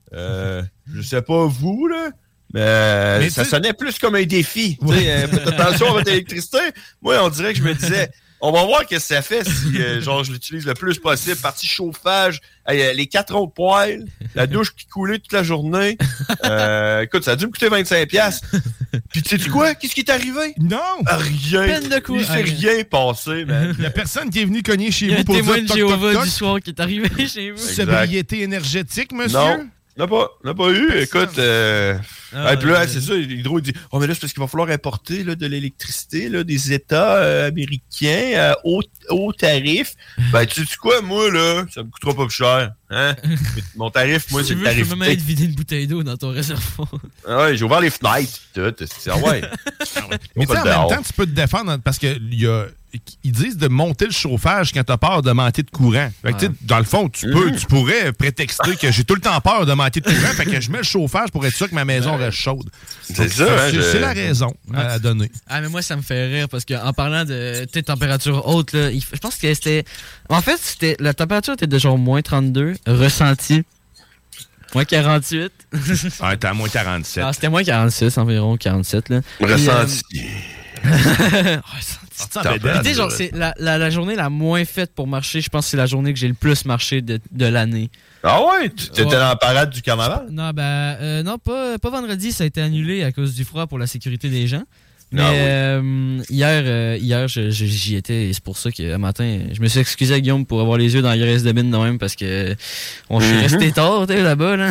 Je sais pas vous, là. Mais ça sonnait plus comme un défi. Faites attention à votre électricité. Moi, on dirait que je me disais, on va voir ce que ça fait si je l'utilise le plus possible. Partie chauffage, les 4 ronds de poêle, la douche qui coulait toute la journée. Écoute, ça a dû me coûter 25$. Puis tu sais quoi? Qu'est-ce qui est arrivé? Non! Rien. Peine de Il s'est rien passé, man. Il y a personne qui est venu cogner chez vous pour dire toc, toc, toc. Du soir qui est arrivé chez vous. Sobriété énergétique, monsieur? Non. On n'a pas eu. Écoute, puis là, c'est ça, Hydro, il dit, mais là, c'est parce qu'il va falloir importer là, de l'électricité là, des États américains à haut tarif. Ben, tu sais quoi, moi, là, ça me coûtera pas plus cher. Hein? Mon tarif, moi, c'est le tarif. Je peux même te vider une bouteille d'eau dans ton réservoir. Ah ouais, j'ai ouvert les fenêtres. Tout. Ouais. Mais tu sais, en même temps, tu peux te défendre parce qu'ils disent de monter le chauffage quand tu as peur de manquer de courant. Fait que, dans le fond, tu pourrais prétexter que j'ai tout le temps peur de manquer de courant, fait que je mets le chauffage pour être sûr que ma maison reste chaude. C'est ça. C'est la raison à donner. Ah, mais moi, ça me fait rire parce qu'en parlant de température haute, là, je pense que c'était... En fait, la température était de genre moins 32, ressenti moins 48. Ah, t'es à moins 47. Ah, c'était moins 46, environ 47. Là. Ressenti. Ressenti. Genre, c'est la journée la moins faite pour marcher. Je pense que c'est la journée que j'ai le plus marché de l'année. Ah ouais? Tu étais dans la parade du carnaval? Non, non, pas vendredi. Ça a été annulé à cause du froid pour la sécurité des gens. Mais hier, j'y étais et c'est pour ça que matin, je me suis excusé à Guillaume pour avoir les yeux dans la graisse de mine de même parce que je suis resté tard là-bas. Là.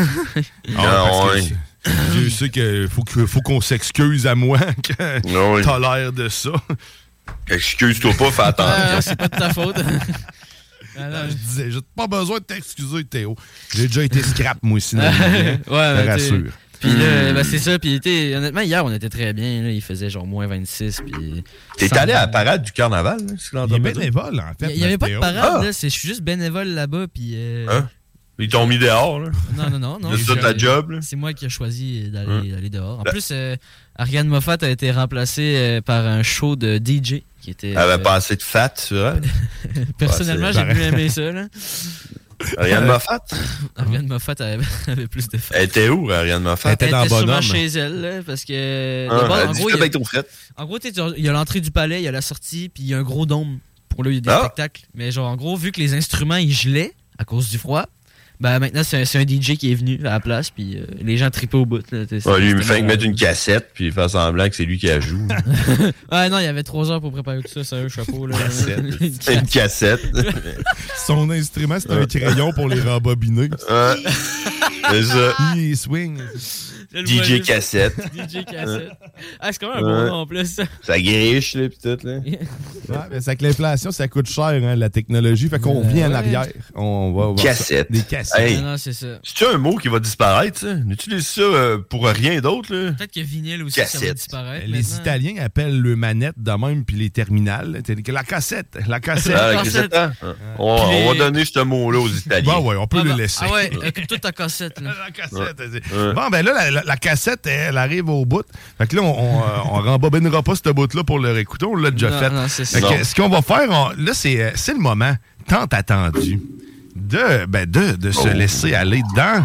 Je sais qu'il faut qu'on s'excuse à moi que t'as l'air de ça. Excuse-toi pas, fais attention. C'est pas de ta faute. Je disais, j'ai pas besoin de t'excuser, Théo. J'ai déjà été scrap, moi aussi. Ouais, je te rassure. Puis là, c'est ça. Puis honnêtement, hier, on était très bien. Là, il faisait genre moins 26. Puis t'es allé à la parade du carnaval? Là, il est bénévole, en fait. Il n'y avait pas de parade. Là, je suis juste bénévole là-bas. Puis ils t'ont mis dehors, là? Non. C'est ça ta job, là? C'est moi qui ai choisi d'aller dehors. En plus, Ariane Moffat a été remplacée par un show de DJ qui était... Elle avait pas assez de fat sur elle? Personnellement, j'ai plus aimé ça, là. Ariane Moffat? Ariane Moffat avait plus de fat. Elle était où, Ariane Moffat? Elle était dans Bonhomme. Sûrement chez elle, là, parce que... En gros, il y a l'entrée du palais, il y a la sortie, puis il y a un gros dôme. Pour là, il y a des spectacles. Mais genre, en gros, vu que les instruments, ils gelaient à cause du froid, maintenant, c'est un DJ qui est venu à la place, puis les gens tripaient au bout. Là, lui, il me fait mettre une cassette, puis il fait semblant que c'est lui qui la joue. Non, il y avait 3 heures pour préparer tout ça, sérieux, chapeau. Là. Une cassette. Son instrument, c'est un crayon pour les rembobiner. C'est ça. Il swing. DJ cassette. DJ cassette. C'est quand même un bon nom en plus. Ça griche, là, pis tout, là. Mais c'est que l'inflation, ça coûte cher, hein, la technologie. Fait qu'on revient en arrière. On va voir cassette. Des cassettes. Hey, non, c'est ça. C'est-tu un mot qui va disparaître, ça? On utilise ça pour rien d'autre, là? Peut-être que vinyle aussi, cassette. ça va disparaître. Les maintenant. Italiens appellent le manette de même, puis les terminales. La cassette. La cassette. La cassette. On va donner ce mot-là aux Italiens. Bon, ouais, on peut le laisser. Ah ouais, écoute toute ta cassette. Là. La cassette. Bon, ben là, la cassette, elle arrive au bout. Fait que là, on rembobinera pas ce bout-là pour le réécouter. On l'a déjà fait. Non, c'est fait que, ce qu'on va faire, là, c'est le moment tant attendu de se laisser aller dans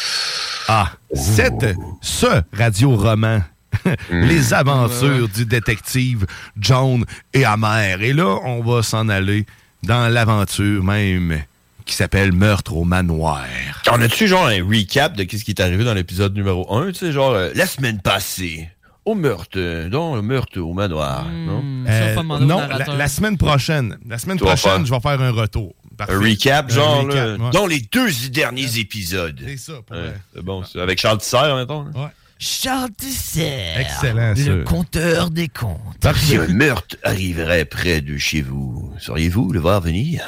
ce radio-roman. Les aventures du détective John et Amer. Et là, on va s'en aller dans l'aventure même qui s'appelle Meurtre au manoir. On a-tu genre un recap de ce qui est arrivé dans l'épisode numéro 1? Tu sais, genre, la semaine passée, dans le meurtre au manoir, non? Non, la semaine prochaine. La semaine prochaine, je vais faire un retour. Parfait. Un recap, genre, ouais. dans les 2 derniers épisodes. C'est ça, c'est bon, ça. Avec Charles Tisser, en même temps. Ouais. Charles Tisser. Excellent, ça. Le conteur des contes. Si un meurtre arriverait près de chez vous, sauriez-vous le voir venir?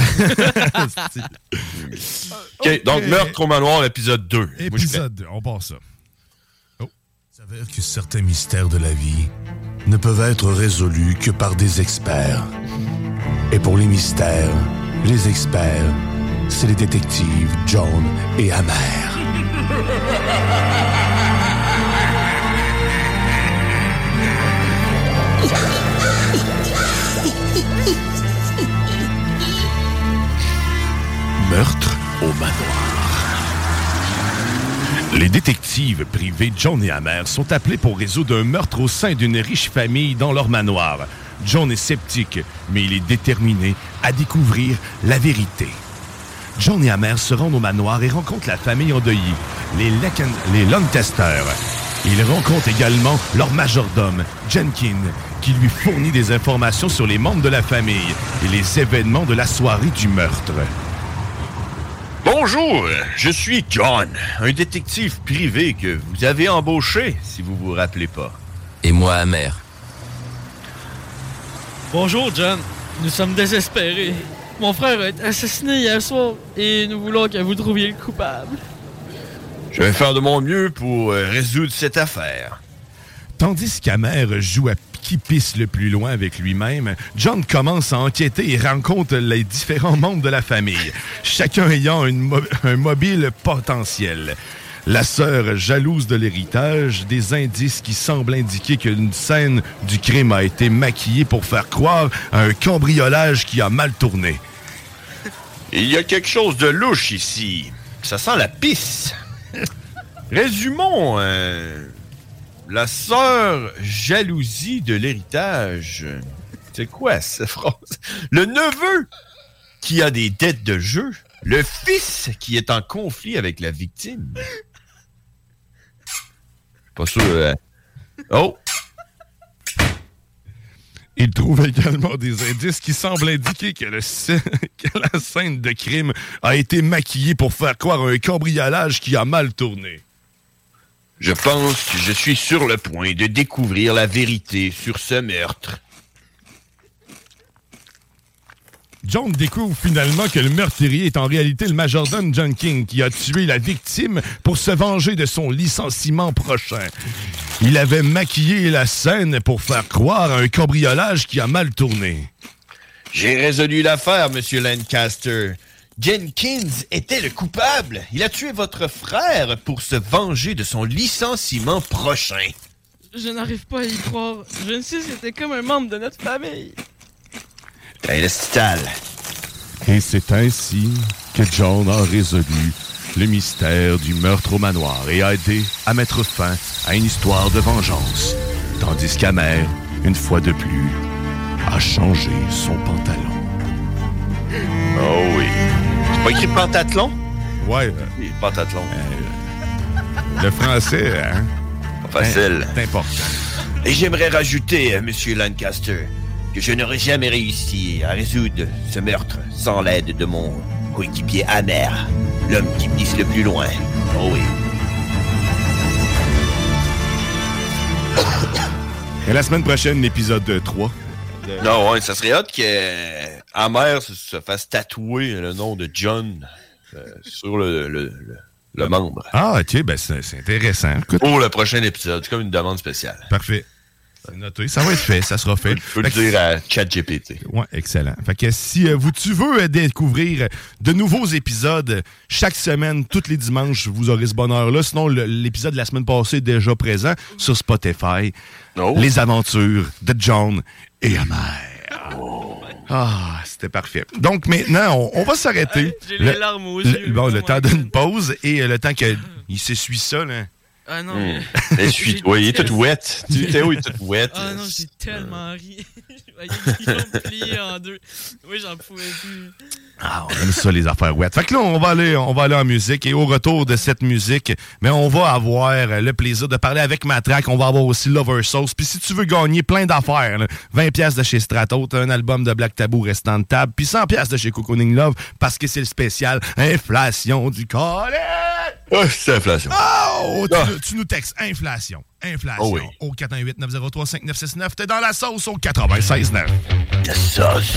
OK, donc Meurtre au manoir, épisode 2. Épisode 2, on part ça. Il s'avère que certains mystères de la vie ne peuvent être résolus que par des experts. Et pour les mystères, les experts, c'est les détectives John et Amer. Meurtre au manoir. Les détectives privés John et Amer sont appelés pour résoudre un meurtre au sein d'une riche famille dans leur manoir. John est sceptique, mais il est déterminé à découvrir la vérité. John et Amer se rendent au manoir et rencontrent la famille endeuillée, les Lancaster. Ils rencontrent également leur majordome, Jenkins, qui lui fournit des informations sur les membres de la famille et les événements de la soirée du meurtre. Bon, Bonjour, je suis John, un détective privé que vous avez embauché, si vous vous rappelez pas. Et moi, Amer. Bonjour, John. Nous sommes désespérés. Mon frère a été assassiné hier soir et nous voulons que vous trouviez le coupable. Je vais faire de mon mieux pour résoudre cette affaire. Tandis qu'Amer joue à qui pisse le plus loin avec lui-même, John commence à enquêter et rencontre les différents membres de la famille, chacun ayant un mobile potentiel. La sœur jalouse de l'héritage, des indices qui semblent indiquer qu'une scène du crime a été maquillée pour faire croire à un cambriolage qui a mal tourné. Il y a quelque chose de louche ici. Ça sent la pisse. Résumons. La sœur jalousie de l'héritage. C'est quoi cette phrase? Le neveu qui a des dettes de jeu. Le fils qui est en conflit avec la victime. Pas sûr. Oh! Il trouve également des indices qui semblent indiquer que la scène de crime a été maquillée pour faire croire à un cambriolage qui a mal tourné. Je pense que je suis sur le point de découvrir la vérité sur ce meurtre. John découvre finalement que le meurtrier est en réalité le majordome John King qui a tué la victime pour se venger de son licenciement prochain. Il avait maquillé la scène pour faire croire à un cambriolage qui a mal tourné. J'ai résolu l'affaire, Monsieur Lancaster. Jenkins était le coupable. Il a tué votre frère pour se venger de son licenciement prochain. Je n'arrive pas à y croire. Je ne sais si c'était comme un membre de notre famille. Ben, laisse sale. Et c'est ainsi que John a résolu le mystère du meurtre au manoir et a aidé à mettre fin à une histoire de vengeance. Tandis qu'Amer, une fois de plus, a changé son pantalon. Oh oui. C'est pas écrit pentathlon? Ouais. Oui, pentathlon. Le français, hein? Pas facile. C'est important. Et j'aimerais rajouter, Monsieur Lancaster, que je n'aurais jamais réussi à résoudre ce meurtre sans l'aide de mon coéquipier Amer, l'homme qui pisse le plus loin. Oh oui. Et la semaine prochaine, l'épisode 3. Non, ouais, ça serait hot que Amer se fasse tatouer le nom de John sur le membre. Ah, ok, ben c'est intéressant. Écoute. Pour le prochain épisode, c'est comme une demande spéciale. Parfait. C'est noté. Ça va être fait, ça sera fait. Je peux le dire à ChatGPT. Ouais, excellent. Fait que si tu veux découvrir de nouveaux épisodes chaque semaine, tous les dimanches, vous aurez ce bonheur-là. Sinon, l'épisode de la semaine passée est déjà présent sur Spotify. Oh. Les aventures de John et Amer. Oh. Ah, c'était parfait. Donc maintenant, on va s'arrêter. J'ai les larmes aux yeux. Le temps d'une pause et le temps qu'il s'essuie ça, là. Ah non. Essuie-toi, il est tout wet. Tu sais où il est tout wet. Ah non, j'ai tellement ri. Il va me plier en deux. Oui, j'en pouvais plus. Ah, on aime ça, les affaires wet. Fait que là, on va aller en musique. Et au retour de cette musique, mais on va avoir le plaisir de parler avec Matraque. On va avoir aussi Lover Sauce. Puis si tu veux gagner plein d'affaires, là, 20$ de chez Stratos, un album de Black Tabou restant de table, puis 100$ de chez Cocooning Love, parce que c'est le spécial Inflation du collet. Oh, c'est inflation. Oh, tu nous textes inflation. Oh oui. Au 418-903-5969. T'es dans la sauce au 96.9. La sauce.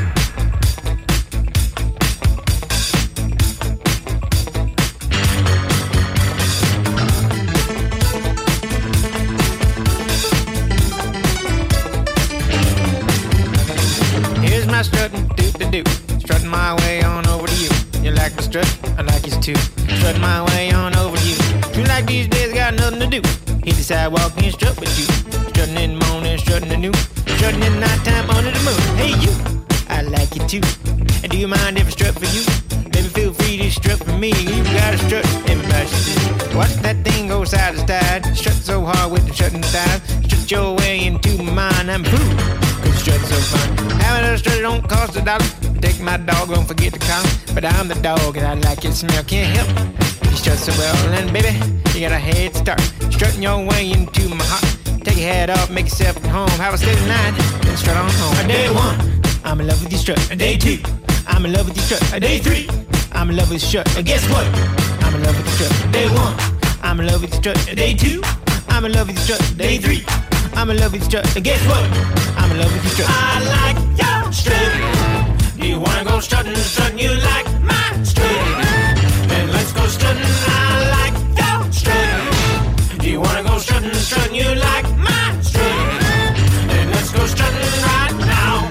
Here's my strutting, do-do-do. Strutting my way on over to you. You like my strut? I like yours too. Strutting my way on over to you. You like these days, got nothing to do. Hit the sidewalk and strut with you. Strutting in the morning, strutting the noon. Strutting in the nighttime under the moon. Hey you, I like you too. And do you mind if I strut for you? Baby, feel free to strut for me. You gotta strut, everybody should do. Watch that thing go side to side. Strut so hard with the strutting thighs. Strut your way into my mind. I'm fooled. Cause strut's so fun. Having a strut don't cost $1. Take my dog, don't forget to call. But I'm the dog and I like your smell. Can't help it. You strut so well, and baby, you got a head start. Strutting your way into my heart. Take your head off, make yourself at home. Have a steady night, then strut on home. Day one, I'm in love with your strut. Day two, I'm in love with your strut. Day three, I'm in love with the strut. Guess what? I'm in love with the strut. Day 1, I'm in love with the strut. Day 2, I'm in love with the strut. Day 3, I'm in love with the strut. Guess what? I'm in love with the strut. I like your strut. Do you wanna go strutting, strutting? You like my strut? Then let's go strutting. I like your strut. Do you wanna go strutting, strutting? You like my strut? Then let's go strutting right now.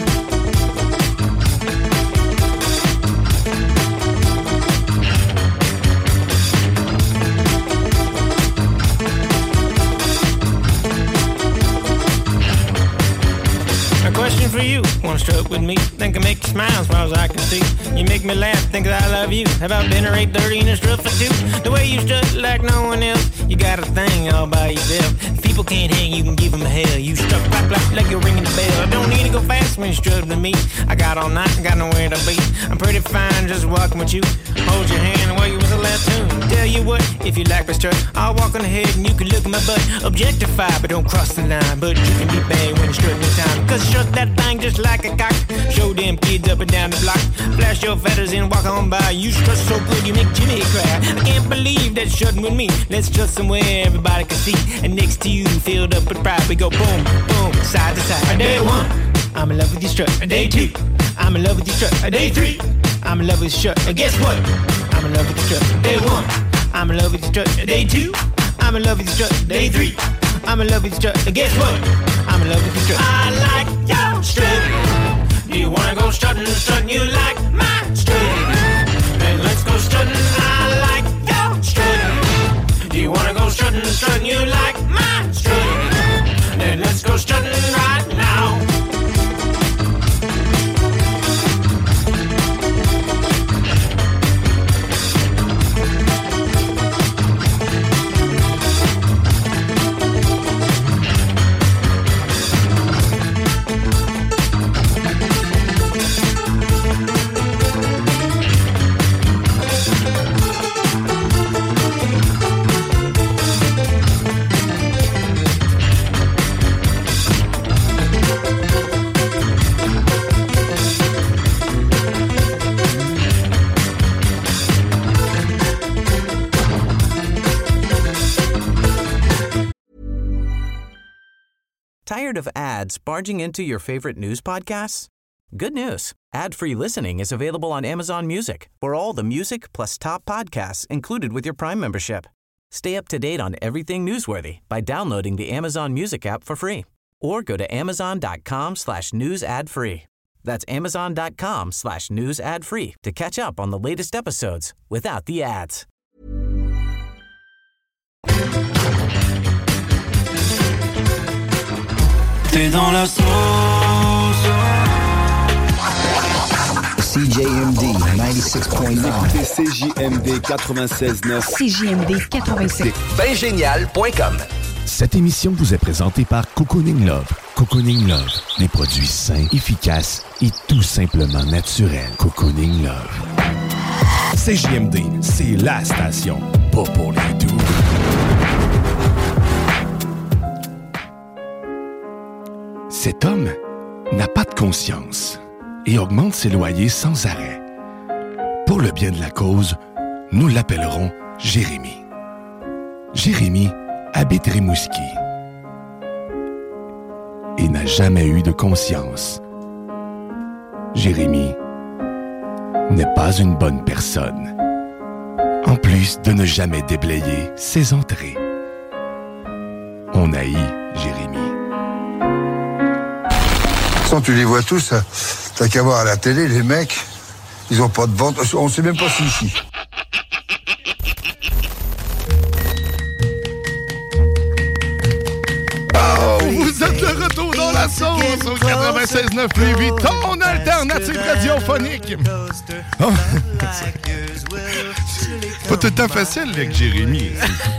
A question for you, wanna strut with me? Think I make you smile as far as I can see. You make me laugh, think that I love you. How about dinner 8:30 and a strut for 2? The way you strut like no one else, you got a thing all by yourself. If people can't hang, you can give them hell. You strut like you're ringing the bell. I don't need to go fast when you strut with me. I got all night, I got nowhere to be. I'm pretty fine just walking with you. Hold your hand while you was the last tune. Tell you what, if you like my strut, I'll walk on ahead and you can look at my butt. Objectify, but don't cross the line. But you can be bad when you're strutting in time. Cause strut that thing just like a cock. Show them kids up and down the block. Flash your feathers and walk on by. You strut so good you make Jimmy cry. I can't believe that strutting with me. Let's strut somewhere everybody can see. And next to you, filled up with pride, we go boom, boom, side to side. Day 1, I'm in love with your strut. Day 2, I'm in love with your strut. Day 3, I'm in love with your strut. Guess what? I'm in love with your strut. Day 1, I'm in love with your strut. Day 2, I'm in love with your strut. Day 3, I'm in love with your strut. Guess what? I'm in love with your strut. I like your strut. Do you wanna go strutting, strutting? You like my strut? Then let's go strutting. I like your strut. Do you wanna go strutting, strutting? You like my strut? Then let's go strutting right now. Tired of ads barging into your favorite news podcasts? Good news. Ad-free listening is available on Amazon Music for all the music plus top podcasts included with your Prime membership. Stay up to date on everything newsworthy by downloading the Amazon Music app for free or go to amazon.com/news ad free. That's amazon.com/news ad free to catch up on the latest episodes without the ads. T'es dans la sauce. CJMD 96.9. CJMD 96.9. CJMD 96. Bengénial.com. Cette émission vous est présentée par Cocooning Love. Cocooning Love, des produits sains, efficaces et tout simplement naturels. Cocooning Love. CJMD, c'est la station, pas pour les doux. Cet homme n'a pas de conscience et augmente ses loyers sans arrêt. Pour le bien de la cause, nous l'appellerons Jérémy. Jérémy habite Rimouski et n'a jamais eu de conscience. Jérémy n'est pas une bonne personne, en plus de ne jamais déblayer ses entrées. On haït Jérémy. Tu les vois tous, t'as qu'à voir à la télé, les mecs, ils ont pas de ventre, on sait même pas si ici. Vous êtes de retour dans la sauce au 96.9 Lévis, ton alternative radiophonique. Oh. Pas tout le temps facile avec Jérémy.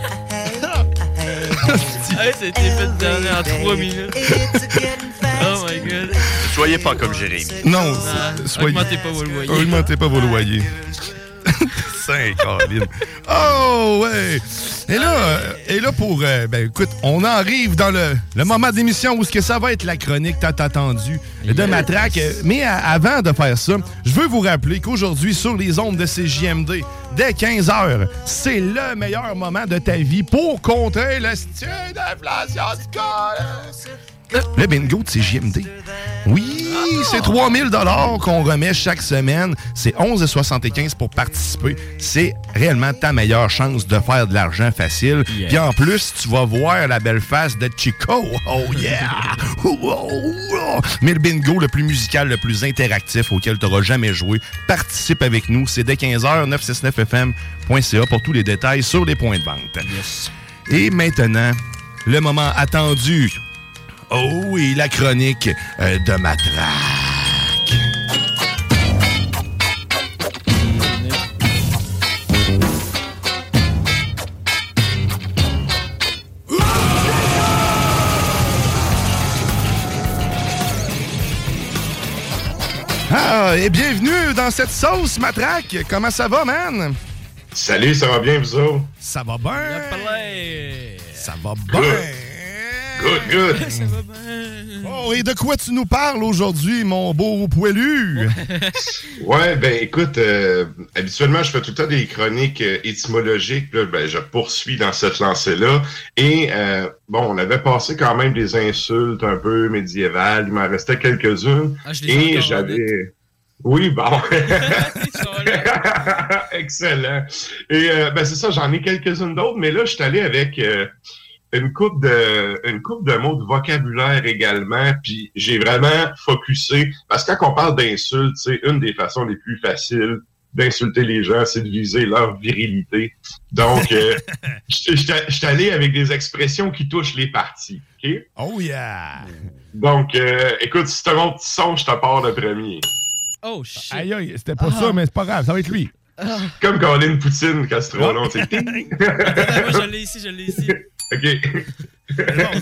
C'était fait en 3 minutes. Oh my god. Ne soyez pas comme Jérémy. Non, augmentez pas vos loyers. Augmentez pas vos loyers. Saint Colin. Oh, ouais. Et là pour... ben, écoute, on arrive dans le moment d'émission où ce que ça va être la chronique tant attendue de Matraque. Mais avant de faire ça, je veux vous rappeler qu'aujourd'hui, sur les ondes de CJMD, dès 15h, c'est le meilleur moment de ta vie pour contrer le style d'inflation du corps. Le bingo de CJMD. Oui, c'est 3000 $ qu'on remet chaque semaine. C'est 11,75 pour participer. C'est réellement ta meilleure chance de faire de l'argent facile. Yeah. Puis en plus, tu vas voir la belle face de Chico. Oh yeah! Mais le bingo le plus musical, le plus interactif auquel tu n'auras jamais joué, participe avec nous. C'est dès 15h, 969fm.ca pour tous les détails sur les points de vente. Yes. Et maintenant, le moment attendu. Oh oui, la chronique de Matraque. Ah, et bienvenue dans cette sauce, Matraque. Comment ça va, man? Salut, ça va bien, vous autres? Ça va bien. Ça va bien. Good. Ça va bien. Oh, et de quoi tu nous parles aujourd'hui, mon beau poilu? Ouais, ben écoute, habituellement, je fais tout le temps des chroniques étymologiques. Là, ben, je poursuis dans cette lancée-là. Et bon, on avait passé quand même des insultes un peu médiévales. Il m'en restait quelques-unes. Ah, et j'avais... Oui, bon. Excellent. Et ben c'est ça, j'en ai quelques-unes d'autres, mais là, je suis allé avec... une couple de mots de vocabulaire également, puis j'ai vraiment focusé, parce que quand on parle d'insultes, c'est une des façons les plus faciles d'insulter les gens, c'est de viser leur virilité. Donc, je suis allé avec des expressions qui touchent les parties, OK? Oh yeah! Donc, écoute, si t'as mon petit son, je te pars le premier. Oh shit! Aïe, c'était pas ça, mais c'est pas grave, ça va être lui. Comme quand on a une poutine, quand c'est trop long, tu sais. Moi, je l'ai ici. OK.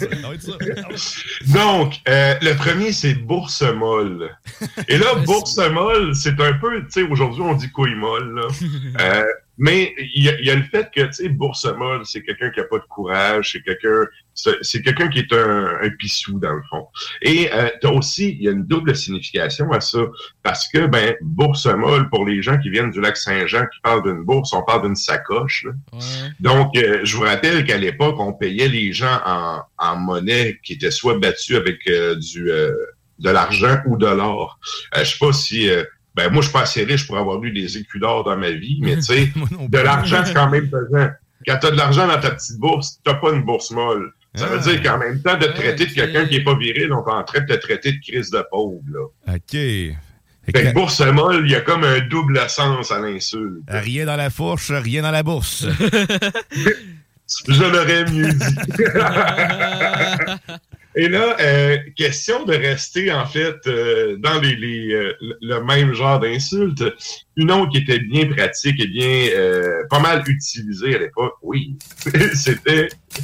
Donc, le premier, c'est bourse molle. Et là, bourse molle, c'est un peu, tu sais, aujourd'hui, on dit couille molle, là. Mais il y a le fait que, tu sais, bourse molle, c'est quelqu'un qui a pas de courage, c'est quelqu'un qui est un pissou, dans le fond. Et t'as aussi, il y a une double signification à ça, parce que, ben, bourse molle, pour les gens qui viennent du lac Saint-Jean, qui parlent d'une bourse, on parle d'une sacoche, là. Ouais. Donc, je vous rappelle qu'à l'époque, on payait les gens en monnaie qui était soit battue avec de l'argent ou de l'or. Je sais pas si... ben moi, je suis pas assez riche pour avoir eu des écus d'or dans ma vie, mais tu sais, de l'argent, c'est quand même pesant. Quand t'as de l'argent dans ta petite bourse, t'as pas une bourse molle. Ça veut dire qu'en même temps de te traiter de quelqu'un qui est pas viril, on est en train de te traiter de crise de pauvre, là. OK. Fait que bourse molle, il y a comme un double sens à l'insulte. Rien dans la fourche, rien dans la bourse. Je l'aurais mieux dit. Et là, question de rester, en fait, dans le même genre d'insulte. Une autre qui était bien pratique et bien pas mal utilisée à l'époque, oui, c'était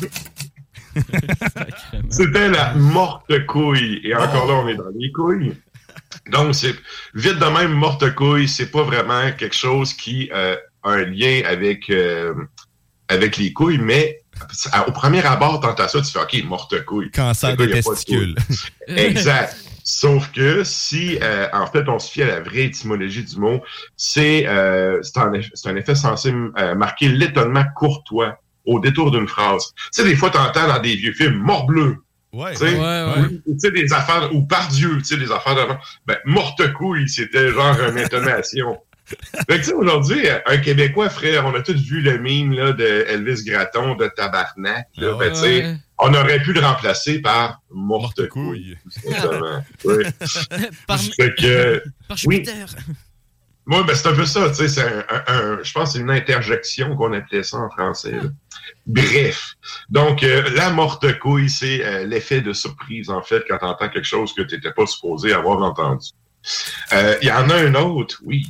la morte couille. Et encore là, on est dans les couilles. Donc, c'est vite de même, morte couille, c'est pas vraiment quelque chose qui a un lien avec les couilles, mais au premier abord, t'entends ça, tu fais « OK, morte couille ». Cancer des testicules. Exact. Sauf que si, en fait, on se fie à la vraie étymologie du mot, c'est un effet censé marquer l'étonnement courtois au détour d'une phrase. Tu sais, des fois, t'entends dans des vieux films « morbleu ». Ouais. Tu sais, des affaires, ou par Dieu, tu sais, des affaires d'avant. Ben, morte couille, c'était genre une intonation. Fait que tu sais, aujourd'hui, un Québécois, frère, on a tous vu le meme là, de Elvis Gratton de Tabarnak. Là. Ben, tu sais, on aurait pu le remplacer par morte couille. Oui. Fait que, par Jupiter. Oui, ben c'est un peu ça, tu sais, c'est je pense que c'est une interjection qu'on appelait ça en français. Là. Bref, donc la morte couille, c'est l'effet de surprise, en fait, quand t'entends quelque chose que t'étais pas supposé avoir entendu. Il y en a un autre, oui.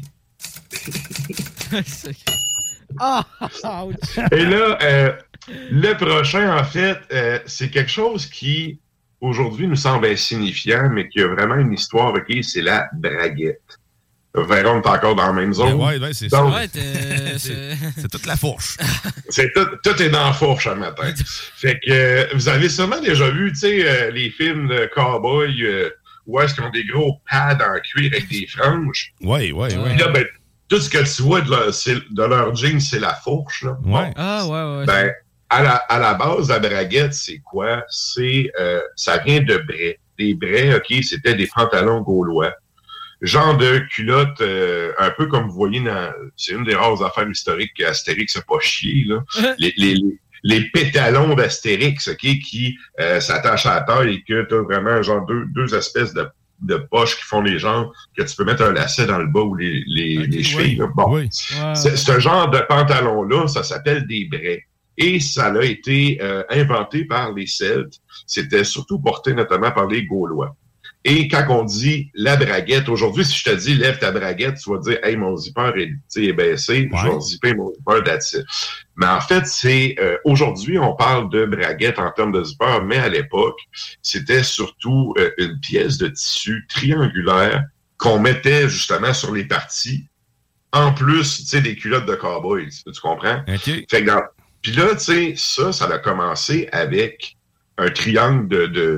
Et là, le prochain, en fait, c'est quelque chose qui, aujourd'hui, nous semble insignifiant, mais qui a vraiment une histoire, OK, c'est la braguette. Véron est encore dans la même zone. Ouais, c'est donc, ça. C'est toute la fourche. Tout est dans la fourche un matin. Fait que vous avez sûrement déjà vu, tu sais, les films de cowboys où est-ce qu'ils ont des gros pads en cuir avec des franges. Oui. Là, ben, tout ce que tu vois de leur jeans, c'est la fourche. Là. Ouais. Ouais. Ben, à la base, la braguette, c'est quoi? Ça vient de brais. Des brais, OK, c'était des pantalons gaulois. Genre de culotte, un peu comme vous voyez c'est une des rares affaires historiques qu'Astérix n'a pas chié, là. Les pétalons d'Astérix, OK, qui s'attachent à la taille et que tu as vraiment genre deux espèces de poches qui font les jambes, que tu peux mettre un lacet dans le bas ou les chevilles. Là. Bon, ce genre de pantalon-là, ça s'appelle des brais. Et ça a été inventé par les Celtes. C'était surtout porté notamment par les Gaulois. Et quand on dit la braguette, aujourd'hui, si je te dis lève ta braguette, tu vas dire hey, mon zipper est baissé, je vais zipper mon zipper that's it. Mais en fait, aujourd'hui, on parle de braguette en termes de zipper, mais à l'époque, c'était surtout une pièce de tissu triangulaire qu'on mettait justement sur les parties, en plus, tu sais, des culottes de cowboys. Tu comprends? Okay. Fait que puis là, tu sais, ça a commencé avec un triangle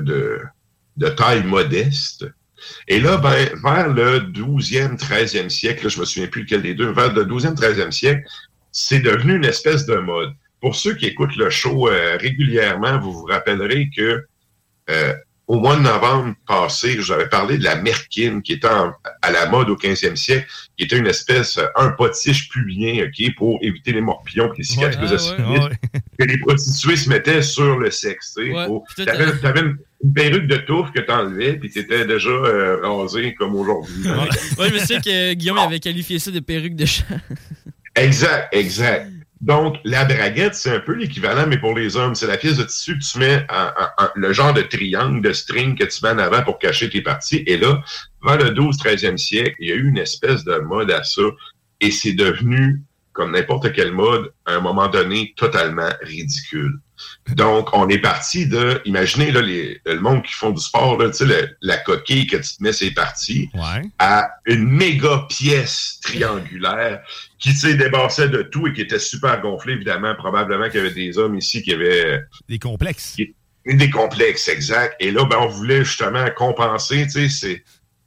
de taille modeste. Et là, ben, vers le 12e, 13e siècle, là, je me souviens plus lequel des deux, vers le 12e, 13e siècle, c'est devenu une espèce de mode. Pour ceux qui écoutent le show régulièrement, vous vous rappellerez que au mois de novembre passé, j'avais parlé de la merquine qui était à la mode au 15e siècle, qui était une espèce, un potiche pubien, OK, pour éviter les morpions et les cicatrices de syphilis, que les prostituées se mettaient sur le sexe. Tu sais, t'avais une perruque de touffe que t'enlevais, puis t'étais déjà rasé comme aujourd'hui. Je me souviens que Guillaume avait qualifié ça de perruque de chat. Exact. Donc, la braguette, c'est un peu l'équivalent, mais pour les hommes. C'est la pièce de tissu que tu mets le genre de triangle, de string que tu mets en avant pour cacher tes parties. Et là, vers le 12-13e siècle, il y a eu une espèce de mode à ça. Et c'est devenu, comme n'importe quelle mode, à un moment donné, totalement ridicule. Donc, on est parti de, imaginez là, le monde qui font du sport, là, la coquille que tu te mets ses parties, à une méga pièce triangulaire qui débarrassait de tout et qui était super gonflée, évidemment. Probablement qu'il y avait des hommes ici qui avaient... Des complexes. Des complexes, exact. Et là, ben, on voulait justement compenser, tu sais,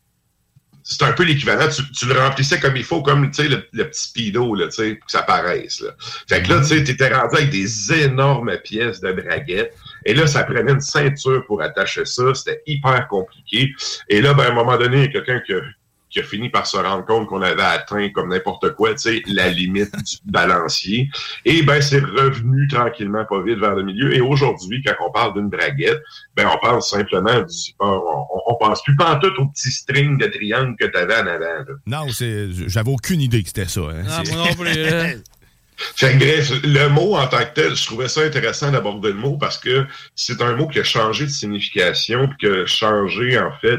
c'est un peu l'équivalent. Tu le remplissais comme il faut, comme le petit speedo, là, pour que ça paraisse. Là. Fait que là, tu étais rendu avec des énormes pièces de braguettes. Et là, ça prenait une ceinture pour attacher ça. C'était hyper compliqué. Et là, ben, à un moment donné, il y a quelqu'un qui a fini par se rendre compte qu'on avait atteint, comme n'importe quoi, la limite du balancier. Et ben, c'est revenu tranquillement, pas vite, vers le milieu. Et aujourd'hui, quand on parle d'une braguette, ben, on parle simplement du zipper. On pense plus pantoute au petit string de triangle que tu avais en avant. Là. Non, j'avais aucune idée que c'était ça. Hein. Ah, moi non plus. Fait que bref, le mot en tant que tel, je trouvais ça intéressant d'aborder le mot parce que c'est un mot qui a changé de signification puis qui a changé, en fait,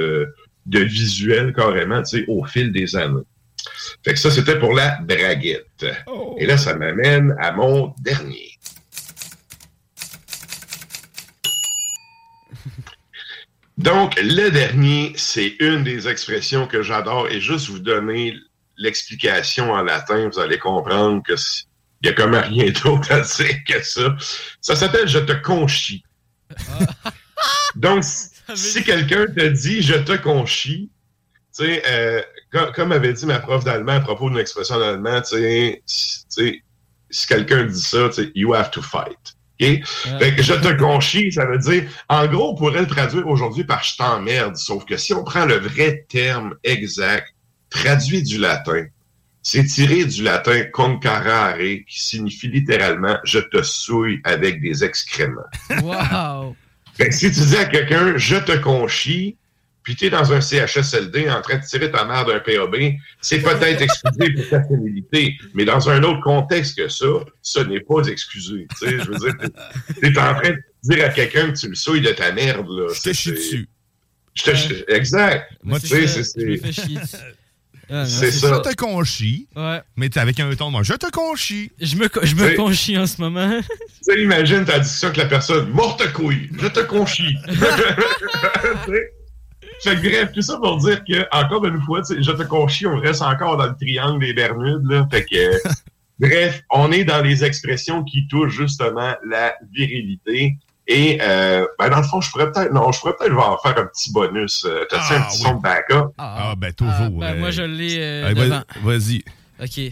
de visuel carrément, au fil des années. Fait que ça, c'était pour la braguette. Oh. Et là, ça m'amène à mon dernier. Donc, le dernier, c'est une des expressions que j'adore et juste vous donner l'explication en latin, vous allez comprendre que il y a comme rien d'autre à dire que ça. Ça s'appelle « je te conchis ». Donc, si quelqu'un te dit « je te conchis », tu sais, comme avait dit ma prof d'allemand à propos d'une expression d'allemand, tu sais, si quelqu'un dit ça, tu sais, « you have to fight ». Okay? Fait que je te conchis, ça veut dire, en gros, on pourrait le traduire aujourd'hui par je t'emmerde, sauf que si on prend le vrai terme exact, traduit du latin, c'est tiré du latin concarare, qui signifie littéralement je te souille avec des excréments. Wow! Fait que si tu dis à quelqu'un je te conchis, puis tu es dans un CHSLD en train de tirer ta mère d'un PAB, c'est peut-être excusé pour ta sénilité, mais dans un autre contexte que ça, ce n'est pas excusé. Tu sais, je veux dire, tu es en train de dire à quelqu'un que tu le souilles de ta merde. Là. Je te chie dessus. Exact. Moi, tu sais, c'est c'est ça. Je te conchis, mais t'es avec un ton de moi. Je te conchis. Je me conchis en ce moment. Tu sais, imagine ta discussion avec la personne. Morte couille, je te conchis. Fait que bref, tout ça pour dire que, encore une fois, je te confie, on reste encore dans le triangle des Bermudes, là. Fait que, bref, on est dans les expressions qui touchent justement la virilité. Et, dans le fond, je pourrais peut-être en faire un petit bonus. T'as-tu un petit son de backup? Toujours. Moi, je l'ai devant. Vas-y. OK.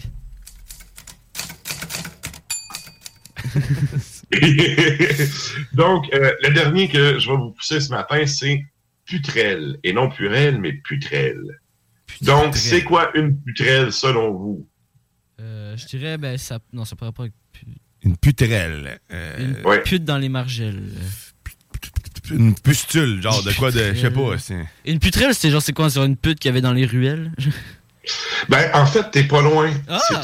Donc, le dernier que je vais vous pousser ce matin, c'est putrelle. Et non purelle, mais putrelle. Donc, c'est quoi une putrelle selon vous? Je dirais, ça pourrait pas être une putrelle. Une pute dans les margelles. Une pustule, genre de quoi de... Je sais pas. Une putrelle, c'est quoi? Sur une pute qu'il y avait dans les ruelles? En fait, t'es pas loin.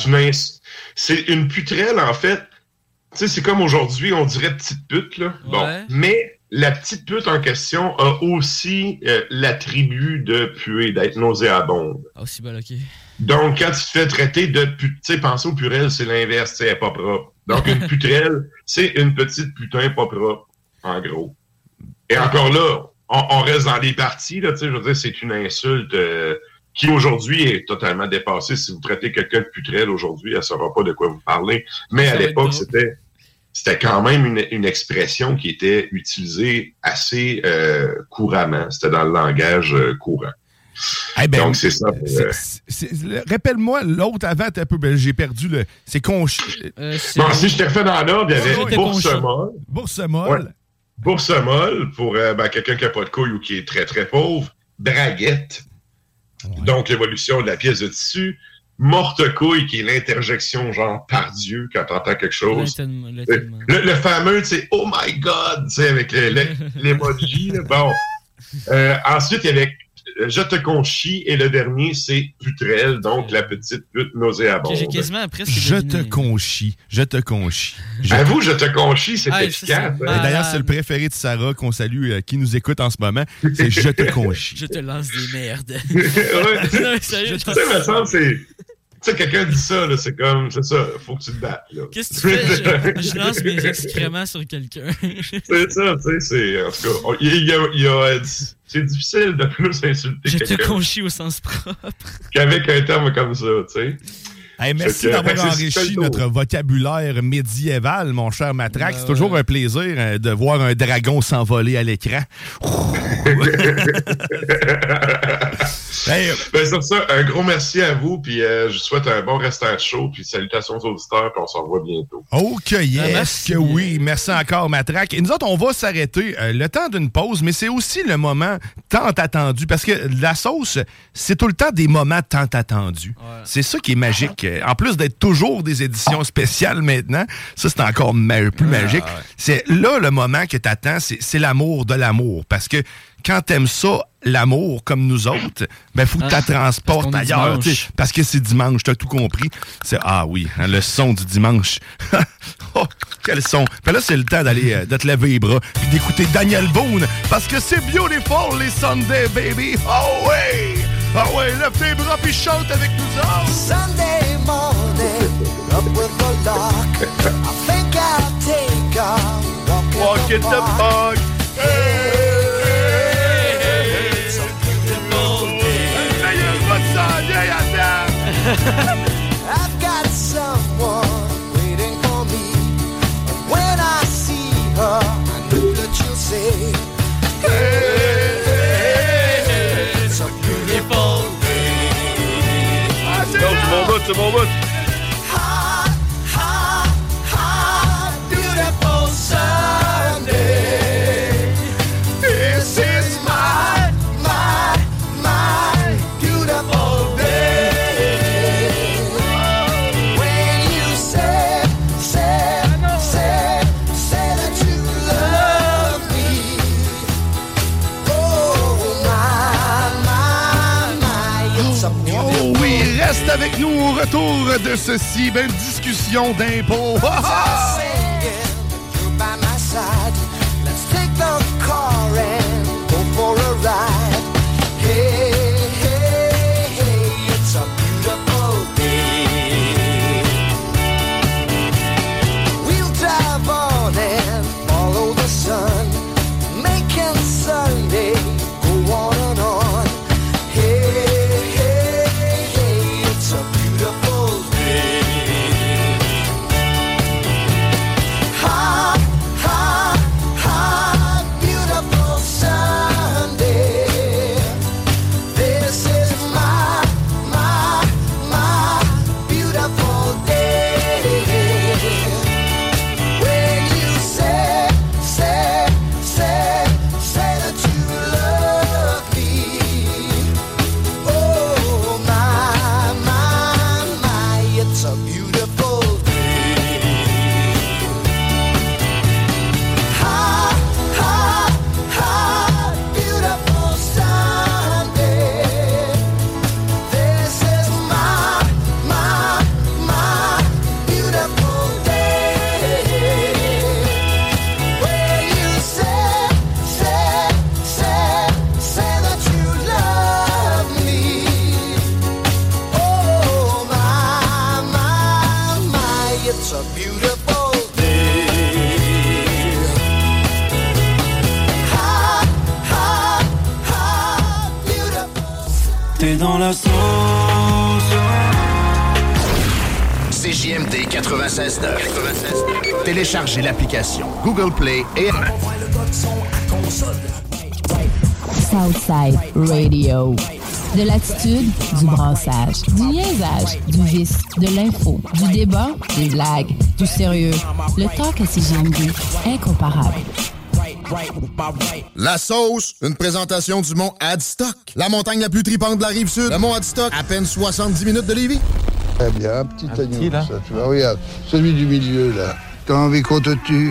C'est une putrelle, en fait. Tu sais, c'est comme aujourd'hui, on dirait petite pute, là. Bon. Mais la petite pute en question a aussi l'attribut de puer, d'être nauséabonde. Aussi belle, OK. Donc, quand tu te fais traiter de pute, tu sais, pensez aux purelles, c'est l'inverse, tu sais, elle est pas propre. Donc, une putrelle, c'est une petite putain pas propre, en gros. Et encore là, on reste dans les parties, là, tu sais, je veux dire, c'est une insulte qui aujourd'hui est totalement dépassée. Si vous traitez quelqu'un de putrelle aujourd'hui, elle ne saura pas de quoi vous parlez. Mais à l'époque, c'était quand même une expression qui était utilisée assez couramment. C'était dans le langage courant. Donc, c'est ça. Rappelle-moi, l'autre avant, un peu, j'ai perdu le... C'est conchi. Si je t'ai refait dans l'ordre, il y avait bourse-molle. Bourse-molle. Ouais. Bourse-molle pour quelqu'un qui n'a pas de couille ou qui est très, très pauvre. Draguette. Ouais. Donc, l'évolution de la pièce de tissu. Morte-couille, qui est l'interjection, genre, par Dieu, quand t'entends quelque chose. Le fameux, tu sais, oh my God, tu sais, avec l'emoji. Bon. Ensuite, il y avait Je te conchie et le dernier, c'est putrelle, donc la petite pute nauséabonde. J'ai quasiment presque Je te conchie. Avoue, je te conchie, c'est efficace. Et d'ailleurs, c'est le préféré de Sarah, qu'on salue, qui nous écoute en ce moment. C'est Je te conchie. Je te lance des merdes. Ouais. Sérieux, tu sais, me semble, c'est... Tu sais, quelqu'un dit ça, là, c'est comme, c'est ça, faut que tu te battes, là. Qu'est-ce que tu fais? Je lance mes excréments sur quelqu'un. C'est ça, tu sais, c'est, en tout cas, c'est difficile de plus insulter quelqu'un. Je te conchie au sens propre. Qu'avec un terme comme ça, tu sais. Hey, merci d'avoir enrichi notre vocabulaire médiéval, mon cher Matraque. C'est toujours un plaisir de voir un dragon s'envoler à l'écran. Sur ça, un gros merci à vous, puis je vous souhaite un bon restant de show, puis salutations aux auditeurs, puis on se revoit bientôt. OK, yes, oui. Merci encore, Matraque. Et nous autres, on va s'arrêter le temps d'une pause, mais c'est aussi le moment tant attendu, parce que la sauce, c'est tout le temps des moments tant attendus. Ouais. C'est ça qui est magique. En plus d'être toujours des éditions spéciales maintenant, ça, c'est encore plus magique. Ouais. C'est là le moment que t'attends, c'est l'amour de l'amour, parce que quand t'aimes ça, l'amour, comme nous autres, ben, faut que tu la transportes ailleurs, parce que c'est dimanche, t'as tout compris. C'est, le son du dimanche. Oh, quel son. Puis là, c'est le temps d'aller, de te lever les bras, puis d'écouter Daniel Boone, parce que c'est beautiful, les Sunday, baby. Oh oui! Ah ouais, lève tes bras, puis chante avec nous autres. Sunday morning, up with the lark. I think I'll take a walk in the park. I've got someone waiting for me. And when I see her, I know that you'll say, hey, it's a beautiful day. C'est mon bout. Hot, hot, hot, beautiful Sunday. This is my beautiful day. Reste avec nous au retour de ceci. Belle discussion d'impôts. Sunday go on and on. dans la sauce. CJMD 96.9. Téléchargez l'application Google Play et Southside Radio. De l'attitude, du brassage, du niaisage, du vice, de l'info, du débat, des blagues, du sérieux. Le talk à CJMD, incomparable. La sauce, une présentation du mont Adstock. La montagne la plus tripante de la Rive-Sud. Le mont Adstock, à peine 70 minutes de Lévis. Très bien, un petit agneau, ça, tu vois, regarde, celui du milieu, là. T'as envie qu'on te tue?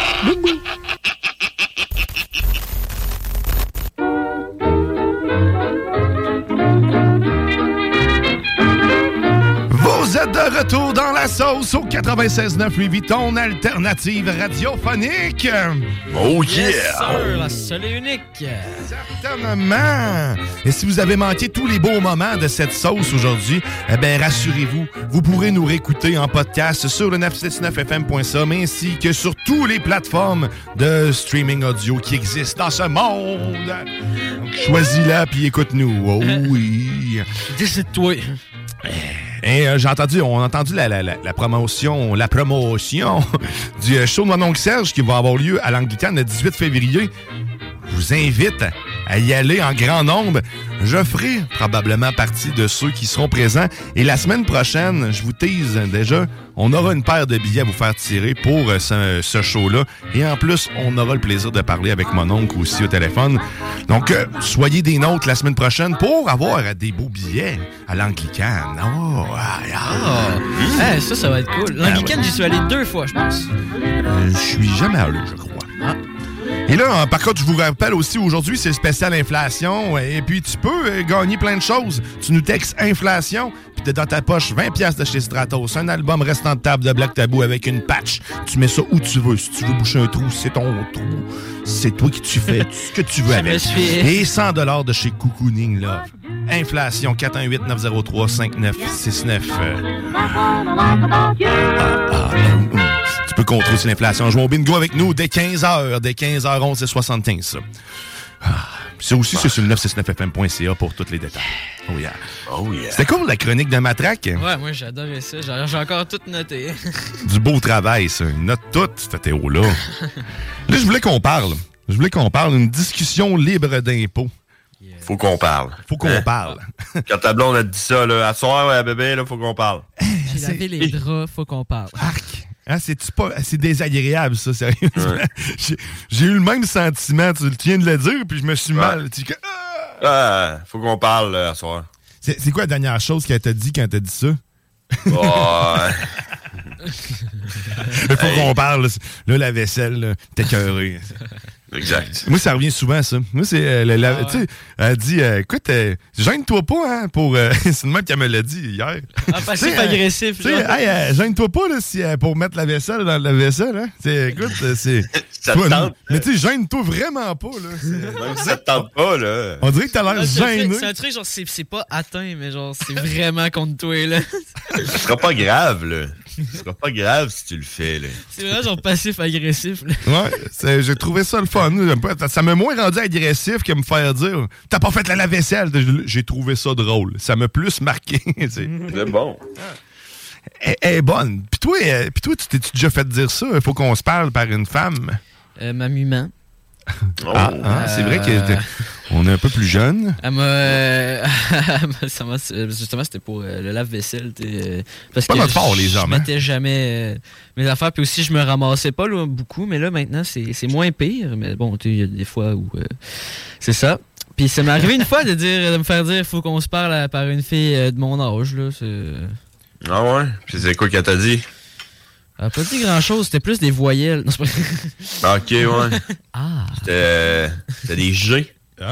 Vous êtes de retour dans la sauce au 96.9 Louis Vuitton, alternative radiophonique. Oh yeah! Yes, sir, la seule et unique. Certainement. Et si vous avez manqué tous les beaux moments de cette sauce aujourd'hui, eh bien, rassurez-vous, vous pourrez nous réécouter en podcast sur le 969fm.com ainsi que sur toutes les plateformes de streaming audio qui existent dans ce monde. Donc, choisis-la puis écoute-nous. Oh oui. Décide-toi. Et on a entendu la promotion du show de mon oncle Serge qui va avoir lieu à l'Anglicane le 18 février. Je vous invite à y aller en grand nombre. Je ferai probablement partie de ceux qui seront présents. Et la semaine prochaine, je vous tease déjà, on aura une paire de billets à vous faire tirer pour ce show-là. Et en plus, on aura le plaisir de parler avec mon oncle aussi au téléphone. Donc, soyez des nôtres la semaine prochaine pour avoir des beaux billets à l'Anglicane. Ça va être cool. L'Anglicane, j'y suis allé 2 fois, je pense. Je suis jamais allé, je crois. Et là, par contre, je vous rappelle aussi, aujourd'hui, c'est le spécial inflation. Et puis, tu peux gagner plein de choses. Tu nous textes inflation, puis t'as dans ta poche 20$ de chez Stratos, un album restant de table de Black Tabou avec une patch. Tu mets ça où tu veux. Si tu veux boucher un trou, c'est ton trou. C'est toi qui tu fais ce que tu veux avec. Et 100$ de chez Cocooning Love. Inflation 418-903-5969. Tu peux contrôler l'inflation. Jouons au bingo avec nous dès 15h. Dès 15h11, c'est 75, ça. C'est aussi sur le 969fm.ca pour tous les détails. Oh yeah. Oh yeah. C'était cool, la chronique de Matraque? Ouais, moi, j'adorais ça. J'ai encore tout noté. Du beau travail, ça. Il note tout, ce Théo-là. Là, je voulais qu'on parle. Une discussion libre d'impôts. Faut qu'on parle. Faut qu'on parle. Quand ta blonde a dit ça, là, à soir, ouais, bébé, là, faut qu'on parle. J'ai lavé les draps, faut qu'on parle. Arc. Hein, c'est désagréable, ça, sérieusement. Ouais. J'ai eu le même sentiment, tu viens de le dire, puis je me suis mal. Faut qu'on parle, là, à soir. C'est quoi la dernière chose qu'elle t'a dit quand t'as dit ça? Il faut qu'on parle. Là, la vaisselle, là, t'es écœuré. Exact. Moi, ça revient souvent, ça. Moi, c'est... tu sais, elle dit, écoute, gêne-toi pas, hein, pour... c'est le même qu'elle me l'a dit hier. Passif-agressif. Gêne-toi pas, là, pour mettre la vaisselle dans la vaisselle, hein. Écoute, c'est... Ça te tente. Mais tu sais, gêne-toi vraiment pas, là. Même si ça te tente pas, là. On dirait que t'as l'air gêné. C'est un truc, genre, c'est pas atteint, mais genre, c'est vraiment contre toi, là. Ce sera pas grave, là. Ce sera pas grave si tu le fais, là. C'est vraiment genre passif-agressif, là. Ouais, j'ai trouvé ça le fun. Ça m'a moins rendu agressif que me faire dire « T'as pas fait la lave-vaisselle! » J'ai trouvé ça drôle. Ça m'a plus marqué. C'est bon. Elle est bonne. Puis toi, tu t'es déjà fait dire ça? Il faut qu'on se parle par une femme. Ma maman. C'est vrai qu'on est un peu plus jeune. Elle m'a... Justement, c'était pour le lave-vaisselle. Parce que pas notre fort, les hommes. Je mettais jamais mes affaires. Puis aussi, je me ramassais pas là, beaucoup. Mais là, maintenant, c'est moins pire. Mais bon, il y a des fois où... c'est ça. Puis ça m'est arrivé une fois de me faire dire faut qu'on se parle par une fille de mon âge. Là, Ah ouais? Puis c'est quoi qu'elle t'a dit? Elle n'a pas dit grand-chose, c'était plus des voyelles. Non, c'est pas... OK, ouais. C'était des G.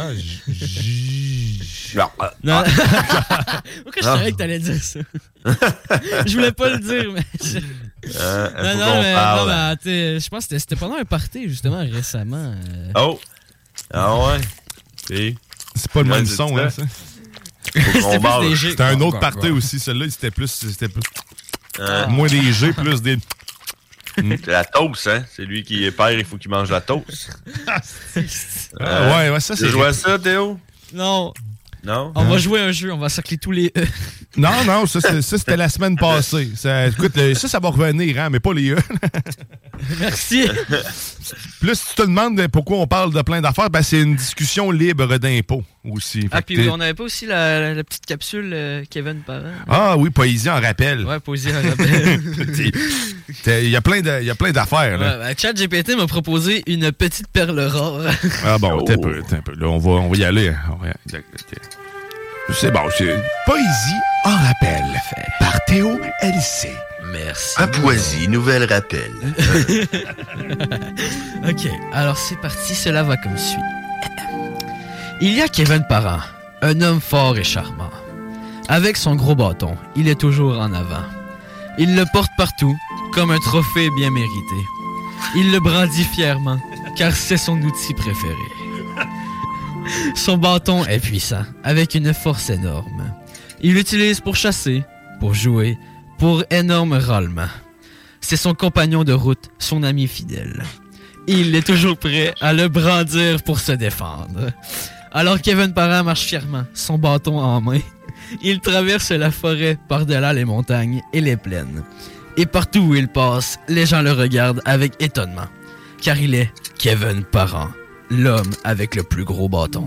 Non. Pourquoi je savais que t'allais dire ça? Je voulais pas le dire, mais... Non, mais je pense que c'était pendant un party, justement, récemment. Oh! Ah ouais? C'est pas le même son, hein, ça? C'était un autre party aussi, celui-là, c'était plus... moins des G, plus des... C'est la toast, hein? C'est lui qui est père, il faut qu'il mange la toast. Ouais, ça, c'est... Tu joues à ça, Théo? Non. Non? On va jouer un jeu, on va cercler tous les E. Non, ça c'était la semaine passée. Écoute, ça va revenir, hein, mais pas les E. Merci. Plus tu te demandes pourquoi on parle de plein d'affaires, ben c'est une discussion libre d'impôts aussi. Puis on n'avait pas aussi la petite capsule Kevin Parent. Ah oui, Poésie en rappel. Ouais, Poésie en rappel. Il y a plein d'affaires. Là. Ouais, ChatGPT m'a proposé une petite perle rare. Ah bon, t'es un peu. Là, on va y aller. C'est bon, c'est Poésie en rappel par Théo LC. Merci. Papouasie, nouvelle rappel. OK, alors c'est parti, cela va comme suit. Il y a Kevin Parent, un homme fort et charmant. Avec son gros bâton, il est toujours en avant. Il le porte partout, comme un trophée bien mérité. Il le brandit fièrement, car c'est son outil préféré. Son bâton est puissant, avec une force énorme. Il l'utilise pour chasser, pour jouer, pour énorme râlement. C'est son compagnon de route, son ami fidèle. Il est toujours prêt à le brandir pour se défendre. Alors Kevin Parent marche fièrement, son bâton en main. Il traverse la forêt par-delà les montagnes et les plaines. Et partout où il passe, les gens le regardent avec étonnement. Car il est Kevin Parent, l'homme avec le plus gros bâton.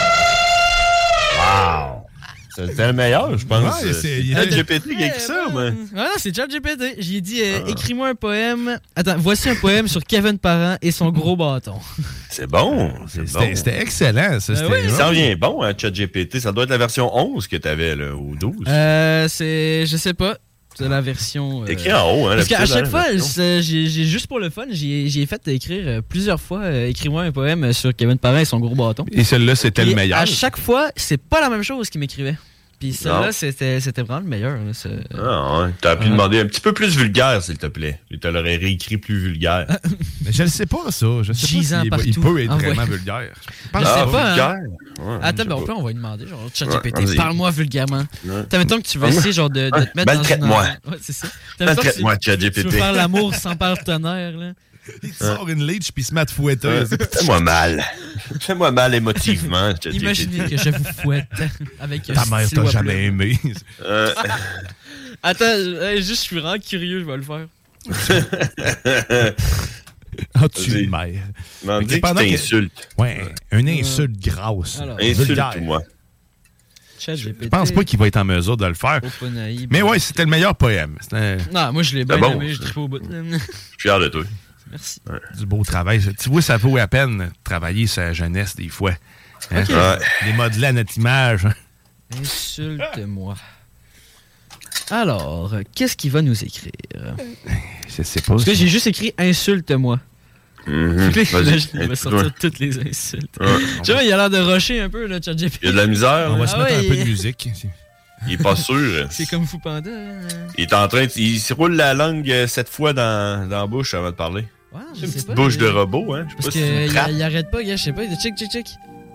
Wow! C'était le meilleur, je pense. Ouais, c'est ChatGPT qui a écrit ça, mais... Non, c'est ChatGPT. J'ai dit, écris-moi un poème. Attends, voici un poème sur Kevin Parent et son gros bâton. C'est bon. C'était excellent. Ça, il s'en vient bon, hein, ChatGPT. Ça doit être la version 11 que t'avais, là, ou 12. Je sais pas. C'est la version... écrit en haut, hein. Parce qu'à chaque fois, j'ai juste pour le fun, j'ai fait écrire plusieurs fois, écris-moi un poème sur Kevin Parent et son gros bâton. Et celle-là, c'était le meilleur. À chaque fois, c'est pas la même chose qu'il m'écrivait. Puis celle-là, c'était vraiment le meilleur. Là, ouais. T'as pu demander un petit peu plus vulgaire, s'il te plaît. Il te l'aurait réécrit plus vulgaire. Mais je ne sais pas, ça. Je sais pas s'il peut être vraiment vulgaire. Je sais pas. Vulgaire? Ouais, attends, on va lui demander. Genre, ChatGPT, parle-moi vulgairement. T'as mettons que tu vas essayer genre, de te mettre dans traite-moi. Ouais, c'est ça. Traite-moi, ChatGPT. Tu veux faire l'amour sans partenaire, là. Il te sort une leech puis il se met à te fouetter. Fais-moi mal. Fais-moi mal émotivement. Imaginez que je vous fouette avec ta mère t'a jamais aimé. Attends, juste je suis vraiment curieux, je vais le faire. Ah, tu es mère. M'en dis que t'insultes. Ouais, une insulte grasse. Insulte-moi. Je pense pas qu'il va être en mesure de le faire. Mais ouais, c'était le meilleur poème. Non, moi je l'ai bien aimé, je tripe au bout. Je suis fier de toi. Merci. Ouais. Du beau travail. Tu vois, ça vaut à peine de travailler sa jeunesse des fois. Hein? Okay. Les modeler à notre image. Insulte-moi. Alors, qu'est-ce qu'il va nous écrire? Je sais pas. Parce que j'ai juste écrit insulte-moi. Vas-y. Il va sortir toutes les insultes. Tu vois, il a l'air de rusher un peu, là, ChatGPT. Il y a de la misère. On va se mettre un peu de musique. Il est pas sûr. C'est comme Fou Panda. Il est en train il se roule la langue 7 fois dans la bouche avant de parler. Ouais, c'est une petite bouche de robot, hein. Parce qu'il arrête pas, gars, je sais pas. Check.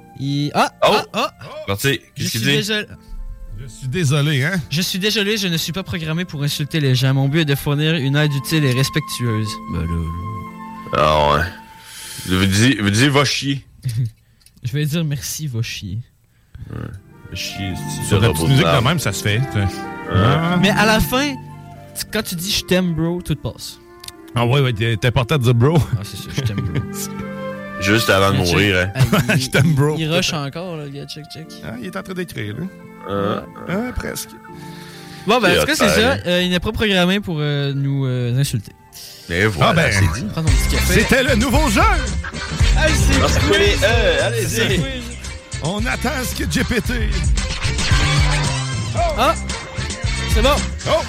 Parti. Qu'est-ce qu'il dit? Je suis désolé, hein? Je suis désolé, je ne suis pas programmé pour insulter les gens. Mon but est de fournir une aide utile et respectueuse. Ben là. Ah ouais. Vous dites va chier. Je vais dire merci, va chier. Ouais. Va chier. Sur la petite musique de même, ça se fait. Mais à la fin, quand tu dis je t'aime, bro, tout passe. Ah ouais, t'es important de dire bro. Ah, c'est ça, je t'aime, bro. Juste avant de mourir, hein. Je t'aime, bro. Il rush encore, là, gars, check. Ah, il est en train d'écrire, là. Presque. Bon, ben, en tout cas, c'est ça. Il n'est pas programmé pour nous insulter. Mais voilà, c'est dit. Prends ton petit café. C'était le nouveau jeu! Allez-y! On attend ce que GPT. Ah! C'est bon! Oh!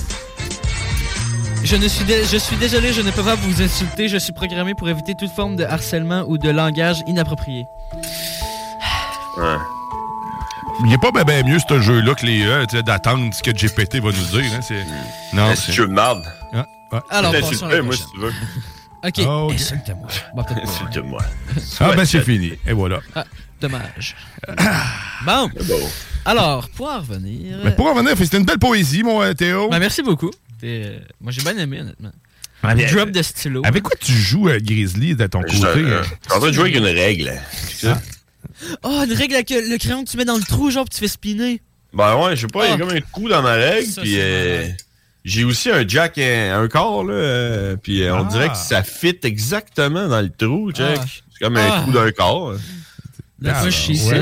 Je suis désolé, je ne peux pas vous insulter. Je suis programmé pour éviter toute forme de harcèlement ou de langage inapproprié. Ouais. Il n'est pas bien mieux, ce jeu-là, que les d'attendre ce que GPT va nous dire. Hein, non, c'est un jeu de merde. Alors, passons à la moi, si tu veux. OK, insulte-moi. Bon, insulte-moi. Ah, ben c'est fini. Et voilà. Ah, dommage. Bon. Alors, pour en revenir... Ben, pour en revenir, c'était une belle poésie, mon Théo. Ben, merci beaucoup. Moi, j'ai bien aimé, honnêtement. Drop de stylo. Avec quoi tu joues, Grizzly, de ton côté? Je suis en train de jouer avec une règle. Oh, une règle avec le crayon que tu mets dans le trou, genre, puis tu fais spinner. Ben ouais, je sais pas, il y a comme un trou dans ma règle, puis j'ai aussi un jack, un corps, là, puis on dirait que ça fit exactement dans le trou, check. C'est comme un trou d'un corps. La fois, je suis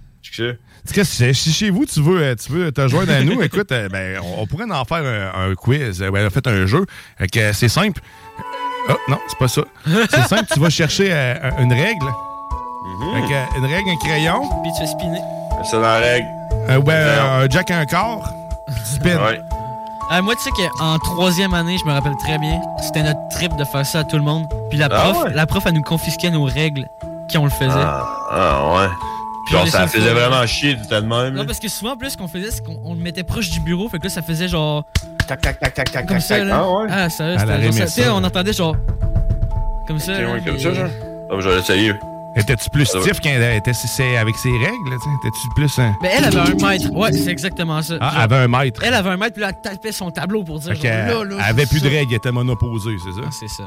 Si chez vous, tu veux te joindre à nous, écoute, ben, on pourrait en faire un quiz. En fait, un jeu. C'est simple. Oh, non, c'est pas ça. C'est simple, tu vas chercher une règle. Une règle, un crayon. Puis tu fais spinner. C'est dans la règle. Un jack à un corps. Tu spins. Ouais. Moi, tu sais qu'en 3e année, je me rappelle très bien, c'était notre trip de faire ça à tout le monde. Puis la prof, elle nous confisquait nos règles qui on le faisait. Ouais. Puis genre, ça faisait vraiment chier tout à de même. Non, parce que souvent, en plus, ce qu'on faisait, c'est qu'on le mettait proche du bureau. Fait que là, ça faisait genre... Tac, tac, tac, tac, tac, comme tac, ça, tac. là. Ah ouais? Ah, sérieux, c'était genre ça. On entendait genre... Comme ça. Ouais, comme ça, genre. Ah, je vais l'essayer. Étais-tu plus stiff quand elle était avec ses règles? Étais-tu plus... Mais elle avait 1 mètre. Ouais, c'est exactement ça. Ah, elle avait 1 mètre. Elle avait 1 mètre, puis là, elle tapait son tableau pour dire... Genre, elle avait plus de règles, elle était monoposée, c'est ça? Ah, c'est ça.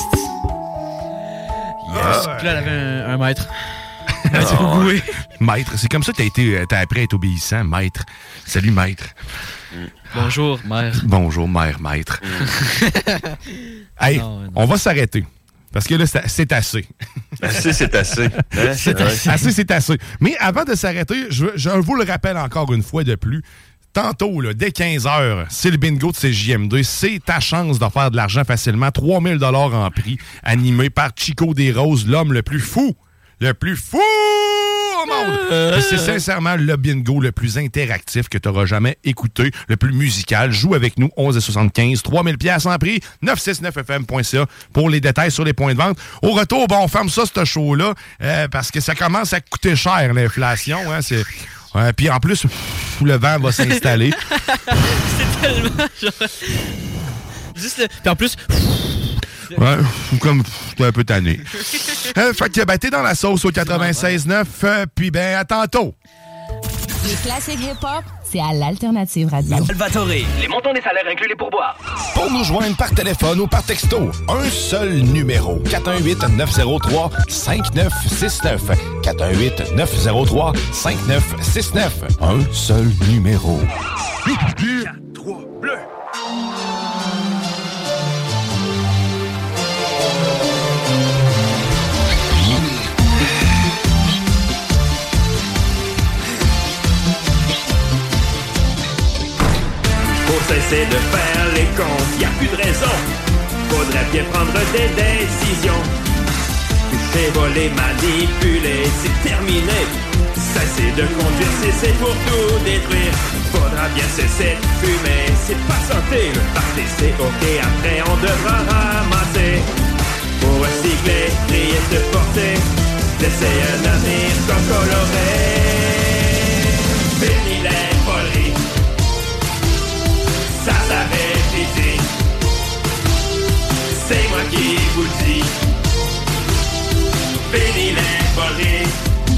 Yes. Puis là, elle avait 1 mètre. Oui. Maître, c'est comme ça que t'as appris à être obéissant, maître. Salut, maître. Bonjour, mère. Bonjour, maître. Hey, on va s'arrêter. Parce que là, c'est assez. Assez, c'est assez. Assez, c'est assez. Mais avant de s'arrêter, je vous le rappelle encore une fois de plus. Tantôt, là, dès 15h, c'est le bingo de CJMD. C'est ta chance de faire de l'argent facilement. 3000 $ en prix, animé par Chico Desroses, l'homme le plus fou. Le plus fou au monde! C'est sincèrement le bingo le plus interactif que tu auras jamais écouté, le plus musical. Joue avec nous, 11,75, 3000 $ en prix, 969fm.ca pour les détails sur les points de vente. Au retour, on ferme ça, ce show-là, parce que ça commence à coûter cher, l'inflation. Hein, puis en plus, le vent va s'installer. C'est tellement genre... Juste puis en plus... Ouais, comme j'étais un peu tanné. Fait que t'es dans la sauce au 96.9, puis ben à tantôt. Les classiques hip-hop, c'est à l'Alternative Radio. Salvatore, les montants des salaires inclus les pourboires. Pour nous joindre par téléphone ou par texto, un seul numéro. 418-903-5969. 418-903-5969. Un seul numéro. 4, 3, bleu. Cesser de faire les comptes, y a plus de raison. Faudrait bien prendre des décisions. Toucher, voler, manipuler, c'est terminé. Cesser de conduire, cesser pour tout détruire. Faudra bien cesser de fumer, c'est pas santé. Le party c'est ok, après on devra ramasser. Pour recycler, trier, se porter. Laisser un avenir comme coloré. Fini les foleries. Ça s'arrête ici. C'est moi qui vous le dis. Fini les foleries.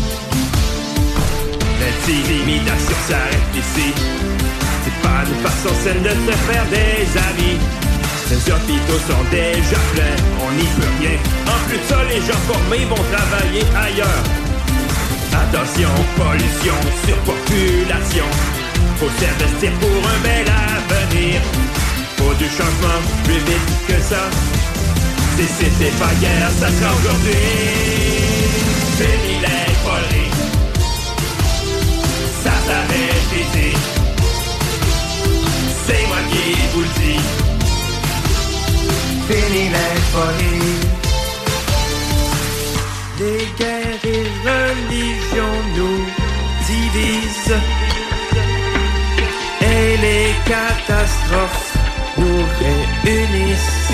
L'intimidation s'arrête ici. C'est pas une façon saine de se faire des amis. Les hôpitaux sont déjà pleins, on n'y peut rien. En plus de ça, les gens formés vont travailler ailleurs. Attention, pollution, surpopulation. Faut s'investir pour un bel avenir. Faut du changement plus vite que ça. Si c'était pas hier, ça sera aujourd'hui. Fini les foleries. Ça s'arrête ici. C'est moi qui vous le dis. Fini les foleries. Les guerres et religions nous divisent. Et les catastrophes nous réunissent.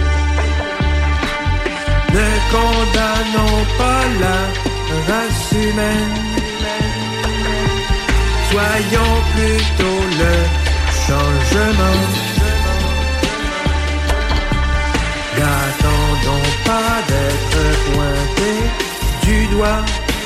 Ne condamnons pas la race humaine. Soyons plutôt le changement. N'attendons pas d'être pointés du doigt.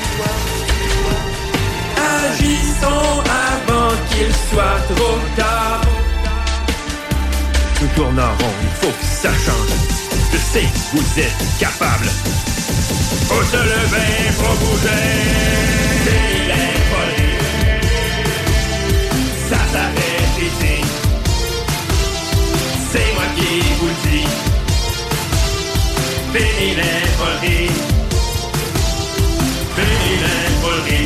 Agissons avant qu'il soit trop tard. Tout tourne en rond, il faut que ça change. De c'est que vous êtes capable. Faut se lever, faut bouger. Fini les foleries. Ça s'arrête ici. C'est moi qui vous le dis. Fini les foleries. Fini les foleries.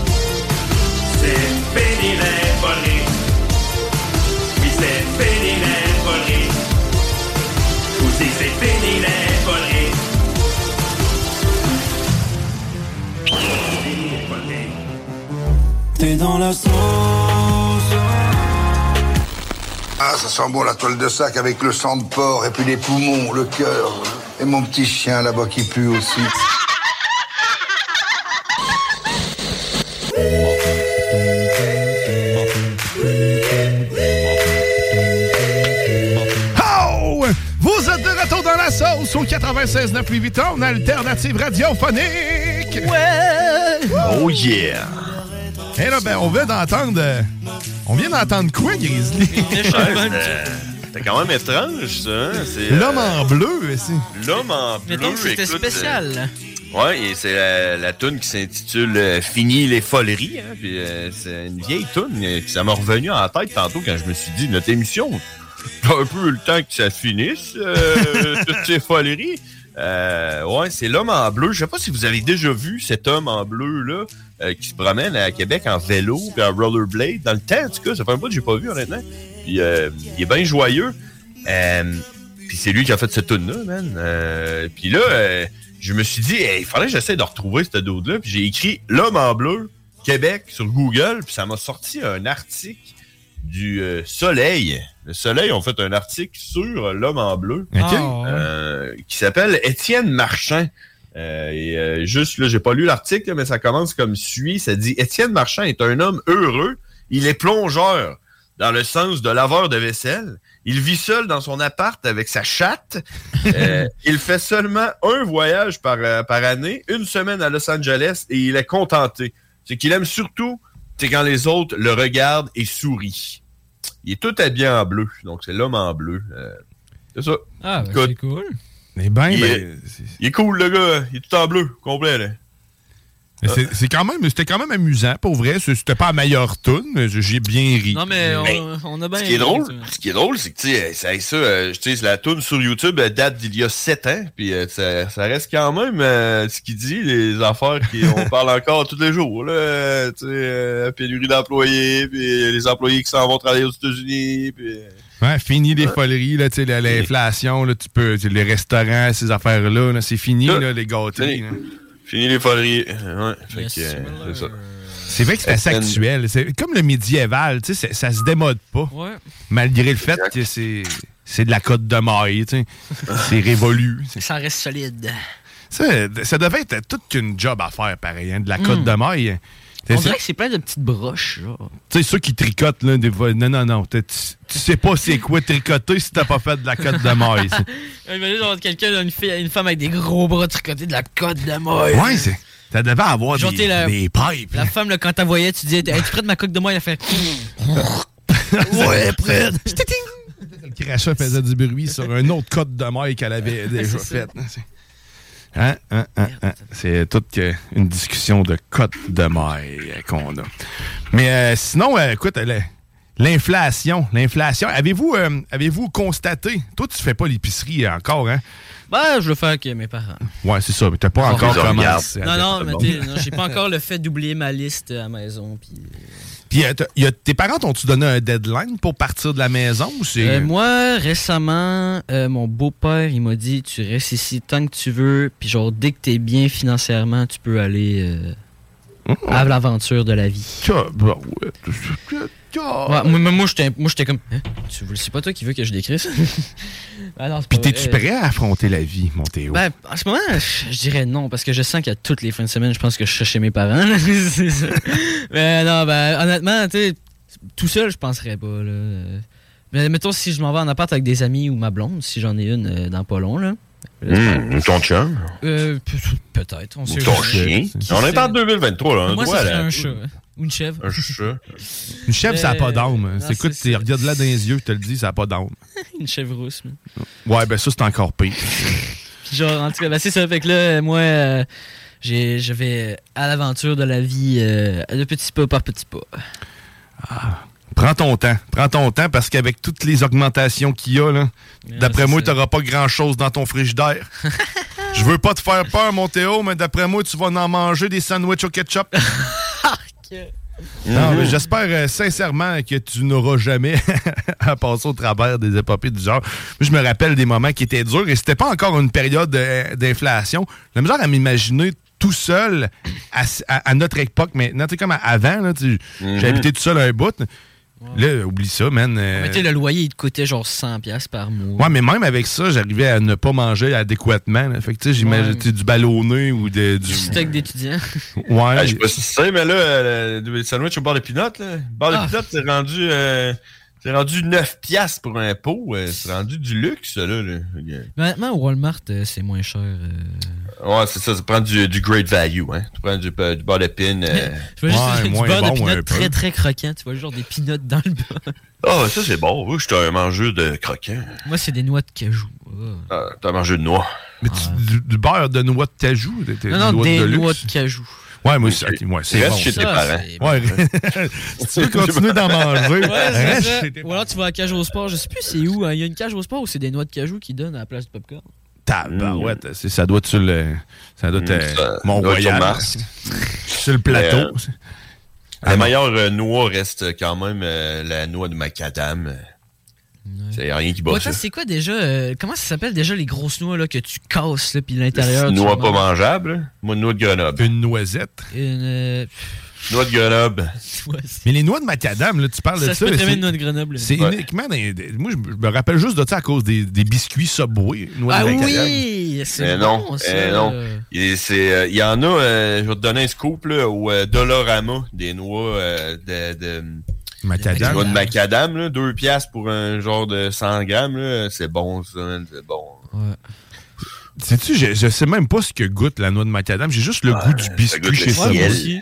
C'est fini les foleries. Oui, c'est fini les foleries. Aussi, c'est fini les foleries. Fini les foleries. T'es dans la sauce. Ah, ça sent bon la toile de sac avec le sang de porc et puis les poumons, le cœur. Et mon petit chien là-bas qui pue aussi. Oh! Vous êtes de retour dans la sauce au 96.9 Louis Vuitton, alternative radiophonique. Ouais! Oh yeah! Et là, ben, on vient d'entendre... on vient d'entendre quoi, Grizzly? C'était quand même étrange, ça. Hein? C'est, L'homme en bleu, ici. L'homme en bleu. Mettons que c'était spécial. Ouais, et c'est la toune qui s'intitule Fini les foleries. Hein? Puis, c'est une vieille toune qui ça m'a revenu en tête tantôt quand je me suis dit, notre émission, j'ai un peu eu le temps que ça finisse, toutes ces foleries. Ouais, c'est l'homme en bleu. Je sais pas si vous avez déjà vu cet homme en bleu-là qui se promène à Québec en vélo puis en rollerblade. Dans le temps, en tout cas, ça fait un peu que j'ai pas vu, honnêtement. Puis il est bien joyeux. Puis c'est lui qui a fait cette toune-là, man. Puis là, je me suis dit, il fallait que j'essaie de retrouver cette dude-là. Puis j'ai écrit « L'homme en bleu, Québec » sur Google. Puis ça m'a sorti un article du Soleil. Le Soleil ont fait un article sur l'homme en bleu qui s'appelle Étienne Marchand. Juste là, j'ai pas lu l'article, mais ça commence comme suit. Ça dit « Étienne Marchand est un homme heureux. Il est plongeur dans le sens de laveur de vaisselle. Il vit seul dans son appart avec sa chatte. Il fait seulement un voyage par année, une semaine à Los Angeles, et il est contenté. Ce qu'il aime surtout, c'est quand les autres le regardent et sourient. Il est tout habillé en bleu, donc c'est l'homme en bleu. C'est ça. Ah, ben c'est cool. Mais ben, il est cool, le gars. Il est tout en bleu, complet, là. C'était quand même amusant, pour vrai. C'était pas la meilleure toune, mais j'ai bien ri. Non, mais on a bien... Ce qui est drôle, c'est que, tu sais, la toune sur YouTube date d'il y a 7 ans, puis ça reste quand même ce qu'il dit, les affaires qu'on parle encore tous les jours, là. Tu sais, pénurie d'employés, puis les employés qui s'en vont travailler aux États-Unis, puis... Ouais, fini les foleries, là, tu sais, l'inflation, là, les restaurants, ces affaires-là, là, c'est fini, là, les gâteries, là. Fini les foleries. Ouais, fait que, c'est ça. C'est vrai que c'est assez actuel. C'est comme le médiéval, tu sais, ça se démode pas. Ouais. Malgré le fait que c'est de la côte de maille, tu sais. C'est révolu. Ça reste solide. Ça devait être toute une job à faire, pareil, hein, de la côte de maille. On dirait que c'est plein de petites broches, genre. Tu sais, ceux qui tricotent, là, non. Tu sais pas c'est quoi tricoter si t'as pas fait de la côte de maille. Imagine, genre, quelqu'un, une femme avec des gros bras tricotés de la côte de maille. Ouais, ça devait avoir genre, des pipes. La femme, là, quand t'as voyais, tu disais, es-tu prête de ma côte de maille? Elle fait... Ouais, prête. Le crachat faisait du bruit sur un autre côte de maille qu'elle avait déjà faite. C'est toute une discussion de côte de maille qu'on a. Mais sinon, écoute, l'inflation. Avez-vous constaté? Toi, tu fais pas l'épicerie encore, hein? Ben, je le fais avec mes parents. Ouais, c'est ça. Mais t'as pas encore commencé. Non, j'ai pas encore le fait d'oublier ma liste à la maison. Puis tes parents t'ont-tu donné un deadline pour partir de la maison? Ou c'est... Moi, récemment, mon beau-père, il m'a dit, tu restes ici tant que tu veux, puis genre, dès que t'es bien financièrement, tu peux aller à l'aventure de la vie. Ouais, moi, j'étais comme, hein? C'est pas toi qui veux que je décris ça? Puis t'es-tu prêt à affronter la vie, mon Théo? Ben, en ce moment, je dirais non, parce que je sens qu'à toutes les fins de semaine, je pense que je suis chez mes parents. C'est ça. Mais non, ben, honnêtement, tu sais, tout seul, je penserais pas, là. Mais mettons, si je m'en vais en appart avec des amis ou ma blonde, si j'en ai une dans pas long, là. Ton chum? Peut-être. Ou ton chien? On est en 2023, là. Moi, ça serait un chat. Ou une chèvre. Un chat. Une chèvre, ça n'a pas d'âme. Écoute, regarde là dans les yeux, je te le dis, ça n'a pas d'âme. Une chèvre rousse. Ouais, ben ça, c'est encore pire. Genre, en tout cas, ben, c'est ça. Fait que là, moi, je vais à l'aventure de la vie de petit pas par petit pas. Prends ton temps, parce qu'avec toutes les augmentations qu'il y a, là, d'après moi, tu n'auras pas grand-chose dans ton frigidaire. Je veux pas te faire peur, mon Théo, mais d'après moi, tu vas en manger des sandwichs au ketchup. Non, mais j'espère sincèrement que tu n'auras jamais à passer au travers des épopées du genre. Moi, je me rappelle des moments qui étaient durs et c'était pas encore une période d'inflation. La misère à m'imaginer tout seul à notre époque maintenant. Tu sais, comme avant, là, j'ai habité tout seul un bout. Là, oublie ça, man. Mais tu sais, le loyer, il te coûtait genre 100$ par mois. Ouais, mais même avec ça, j'arrivais à ne pas manger adéquatement. Là. Fait que tu sais, j'imagine du ballonné ou du stock d'étudiants. Ouais. Je sais pas si tu sais, mais là, le sandwich au beurre de pinot, là. Le beurre de pinot, c'est rendu 9$ pour un pot. C'est rendu du luxe, là. Maintenant, au Walmart, c'est moins cher. Ouais, c'est ça. Ça prend du great value, hein. Tu prends du beurre de pin. Tu vois juste du beurre de pinot très, très croquant. Tu vois genre des pinottes dans le beurre. Ah, ça, c'est bon. Oui, je suis un mangeur de croquants. Moi, c'est des noix de cajou. Ah, t'es un mangeur de noix. Mais du beurre de noix de cajou? Non, des noix de cajou. Ouais, moi, c'est bon. Reste chez tes parents. Ouais, si tu veux continuer d'en manger, reste chez tes parents. Ou alors tu vas à la cage au sport. Je sais plus c'est où. Il y a une cage au sport où c'est des noix de cajou qui donnent à la place du popcorn. Tabarouette, ça doit être sur le... Ça doit être Mont-Royal. Sur le plateau. La meilleure noix reste quand même la noix de macadam. C'est rien qui bat ça. C'est quoi déjà? Comment ça s'appelle déjà les grosses noix là, que tu casses là, puis l'intérieur? Une noix pas mangeable. Moi, une noix de Grenoble. Une noisette. Noix de Grenoble. Mais les noix de macadam, là, tu parles de ça. Ça se peut très bien une noix de Grenoble. C'est uniquement... Moi, je me rappelle juste de ça à cause des biscuits Subway. Noix de macadam. Oui! C'est bon, ça. Non. Il y en a, je vais te donner un scoop, là, au Dollarama, des noix de macadam. Des noix de macadam, là, 2$ pour un genre de 100 grammes, là, c'est bon, ça, c'est bon. Ouais. Sais-tu, je sais même pas ce que goûte la noix de macadam. J'ai juste le goût du biscuit chez ça.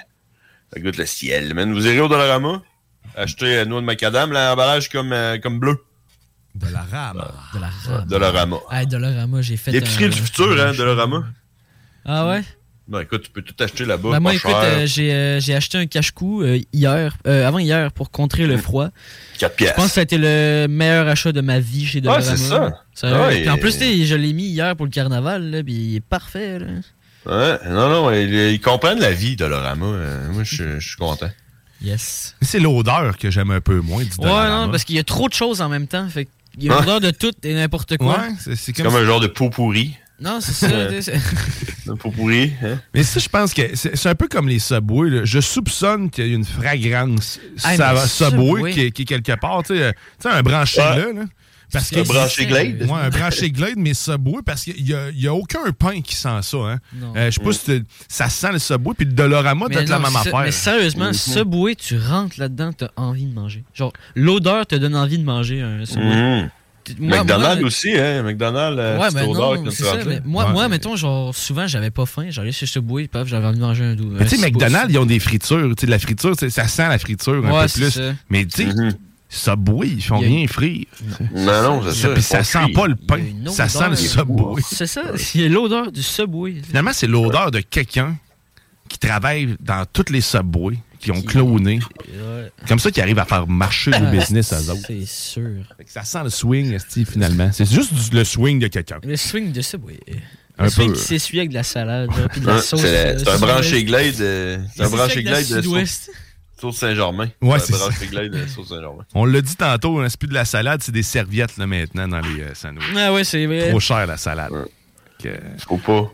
Ça goûte le ciel, man. Vous irez au Dollarama, acheter la noix de macadam, l'emballage comme bleu. Dollarama. Dollarama. Ah, Dollarama, j'ai fait... L'épicerie du futur, hein, Dollarama. Ah ouais? Ben écoute, tu peux tout acheter là-bas. Ben moi, écoute, j'ai acheté un cache-cou avant-hier pour contrer le froid. 4$. Je pense que ça a été le meilleur achat de ma vie chez Dollarama. Ouais, c'est ça. Puis en plus, je l'ai mis hier pour le carnaval, là, puis il est parfait. Là. Ouais, non, ils comprennent la vie, Dollarama. Moi, je suis content. Yes. C'est l'odeur que j'aime un peu moins du Dollarama. Ouais, non, parce qu'il y a trop de choses en même temps. Fait il y a l'odeur de tout et n'importe quoi. Ouais, c'est comme un genre de pot pourri. Non, c'est ça. Un pot pourri. Hein? Mais ça, je pense que c'est un peu comme les Subway. Là. Je soupçonne qu'il y a une fragrance Subway qui est quelque part. Tu sais, un branché là. Parce un branché Glade? Ouais, un branché Glade, mais Subway, parce qu'il n'y a aucun pain qui sent ça. Hein? Je sais pas si ça sent le Subway, puis le Dollarama doit être la même affaire. Mais sérieusement, Subway, tu rentres là-dedans, tu as envie de manger. Genre, l'odeur te donne envie de manger un Subway. McDonald's aussi, hein? McDonald's, c'est odeur quand tu rentres. Moi, mettons, genre, souvent, j'avais pas faim. J'allais chez Subway, paf, j'avais envie de manger un doux. Mais tu sais, McDonald's, ils ont des fritures. Tu sais, la friture, ça sent la friture un peu plus. Ça. Mais tu sais, Subway, ils font rien frire. Non, c'est ça. Puis ça sent pas le pain. Ça sent le Subway. C'est ça. Il y a l'odeur du Subway. Finalement, c'est l'odeur de quelqu'un qui travaille dans toutes les Subways, qui ont cloné. Comme ça, qui arrive à faire marcher le business à eux autres. C'est sûr. Ça sent le swing, finalement. C'est juste le swing de quelqu'un. Le swing de Subway. Le swing qui s'essuie avec de la salade, puis de la sauce. C'est un branché Glade. C'est un branché Glade de sauce Saint-Germain. Ouais, c'est ça. Glade de sauce Saint-Germain. On l'a dit tantôt, c'est plus de la salade, c'est des serviettes là, maintenant dans les sandwichs. Ah ouais, c'est vrai. Trop cher la salade. Faut pas.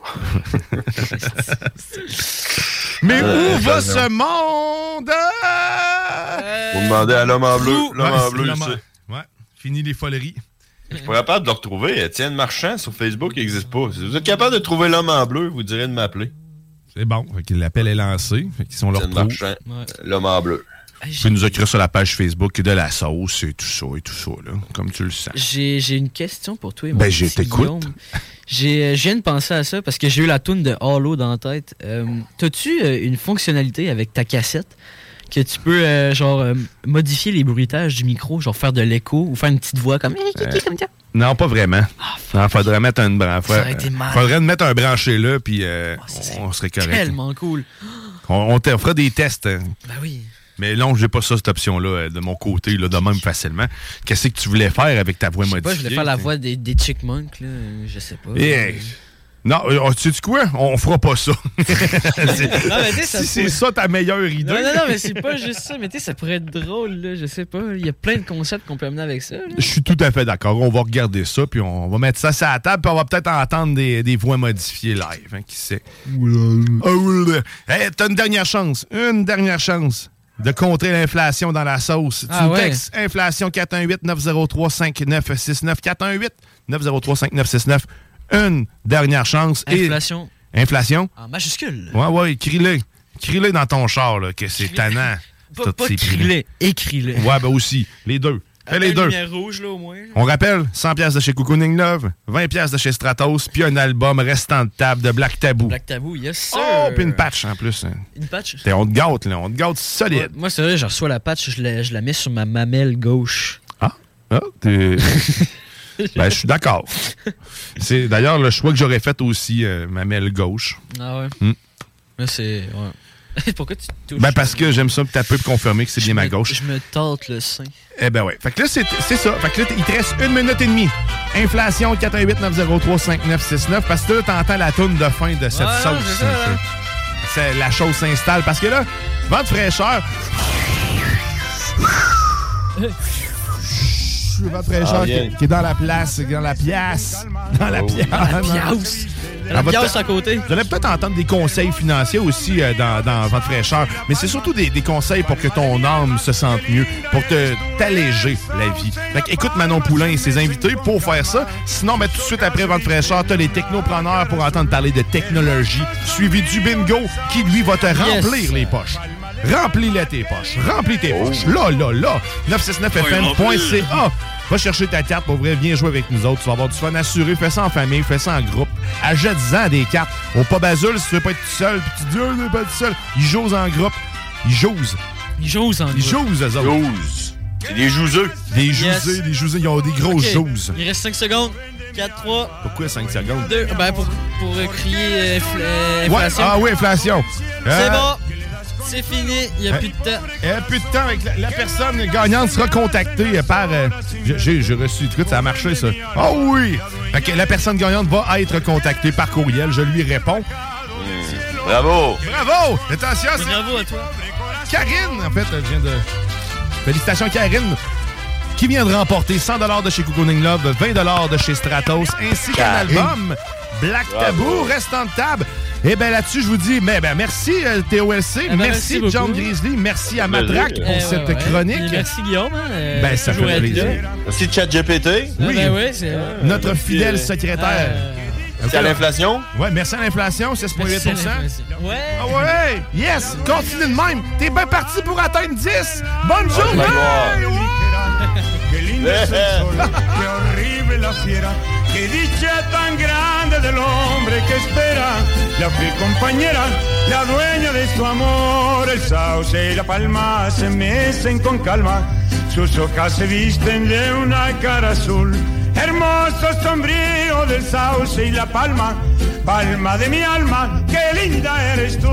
Mais où va ce monde? Vous demandez à l'homme en bleu. L'homme en bleu, je sais. Ouais, fini les foleries. Je suis pas capable de le retrouver. Étienne Marchand sur Facebook n'existe pas. Si vous êtes capable de trouver l'homme en bleu, vous direz de m'appeler. C'est bon. L'appel est lancé. Ils sont là. Marchand, l'homme en bleu. Tu peux nous écrire sur la page Facebook de la sauce et tout ça, là, comme tu le sens. J'ai une question pour toi, mon je t'écoute. Je viens de penser à ça parce que j'ai eu la toune de Hollow dans la tête. T'as-tu une fonctionnalité avec ta cassette que tu peux modifier les bruitages du micro, genre faire de l'écho ou faire une petite voix comme ça? Non, pas vraiment. Il faudrait mettre une branche. Ça aurait été mal. Faudrait mettre un branché là, puis on serait correct. Tellement cool. On fera des tests. Ben oui. Mais non, j'ai pas ça, cette option-là, de mon côté, là, de même facilement. Qu'est-ce que tu voulais faire avec ta voix modifiée? Je voulais faire la voix des Chickmunks, là. Je sais pas. Non, tu sais quoi? On fera pas ça. C'est ça ta meilleure idée. Non, mais c'est pas juste ça. Mais tu sais, ça pourrait être drôle, là. Je sais pas. Il y a plein de concepts qu'on peut amener avec ça. Là. Je suis tout à fait d'accord. On va regarder ça, puis on va mettre ça sur la table, puis on va peut-être entendre des voix modifiées live. Hein, qui sait? Hey, t'as une dernière chance. Une dernière chance de contrer l'inflation dans la sauce. Tu nous textes inflation 418-903-5969. 418-903-5969. Une dernière chance. Inflation. Inflation. En majuscule. Ouais, écris-le. Écris-le dans ton char, là, que c'est tannant. Pas écris-le, écris-le. Ouais, ben aussi. Les deux. Fais les deux. Lumière rouge, là, au moins. On rappelle, $100 de chez Cocooning Love, 20$ de chez Stratos, puis un album restant de table de Black Tabou. Black Tabou, yes sir. Oh, puis une patch en plus. Une patch? On te gâte, là. On te gâte solide. Ouais, moi, c'est vrai, je reçois la patch, je la mets sur ma mamelle gauche. T'es... Ben, je suis d'accord. C'est d'ailleurs le choix que j'aurais fait aussi, mamelle gauche. Ah ouais? Mais c'est... Ouais. Pourquoi tu touches? Ben, parce que j'aime ça peut confirmer que c'est bien ma gauche. Je me tente le sein. Eh ben ouais. Fait que là, c'est ça. Fait que là, il te reste 1 minute et demie. Inflation 418-903-5969. Parce que là, t'entends la toune de fin de cette sauce. La chose s'installe. Parce que là, vent de fraîcheur... Le vent de fraîcheur qui est dans la place, dans la pièce. Dans la pièce. La pièce à côté. Vous allez peut-être entendre des conseils financiers aussi dans Vent de fraîcheur, mais c'est surtout des conseils pour que ton âme se sente mieux, pour t'alléger la vie. Fait que écoute Manon Poulain et ses invités pour faire ça. Sinon, tout de suite après Vent de fraîcheur, t'as les technopreneurs pour entendre parler de technologie, suivi du bingo qui, lui, va te remplir les poches. Remplis-les tes poches. Remplis tes poches. Là. 969fm.ca. Va chercher ta carte. Pour vrai, viens jouer avec nous autres. Tu vas avoir du fun assuré. Fais ça en famille. Fais ça en groupe. Achète-en des cartes. Au Pub Azul, si tu veux pas être tout seul, puis tu dis, on n'est pas tout seul. Ils jouent en groupe. Ils jouent, eux autres. C'est des jouseux. Des jouseux. Ils ont des grosses jouses. Il reste 5 secondes. 4, 3. Pourquoi 5 secondes? 2. Ben, pour crier inflation. Inflation. C'est bon. C'est fini, il n'y a plus de temps. Il n'y a plus de temps. La personne gagnante sera contactée par... J'ai reçu... Écoute, ça a marché, ça. Oh oui! Okay, la personne gagnante va être contactée par courriel. Je lui réponds. Bravo! Attention, c'est... Bravo à toi. Karine, en fait, elle vient de... Félicitations, Karine, qui vient de remporter $100 de chez Cocooning Love, 20$ de chez Stratos, ainsi qu'un album Black Tabou, restant de table. Eh bien, là-dessus, je vous dis merci TOLC, merci John Grizzly, merci à Matraque pour cette chronique. Et merci Guillaume. Ça fait plaisir. Merci ChatGPT. Oui, c'est notre fidèle secrétaire. Merci à l'inflation. Ouais, merci à l'inflation, 6,8%. Ouais. Yes, continue de même. T'es bien parti pour atteindre 10. Bonne journée. Qué lindo es el sol, qué horrible la fiera, qué dicha tan grande del hombre que espera, la fiel compañera, la dueña de su amor, el sauce y la palma se mecen con calma, sus hojas se visten de una cara azul, hermoso sombrío del sauce y la palma, palma de mi alma, qué linda eres tú.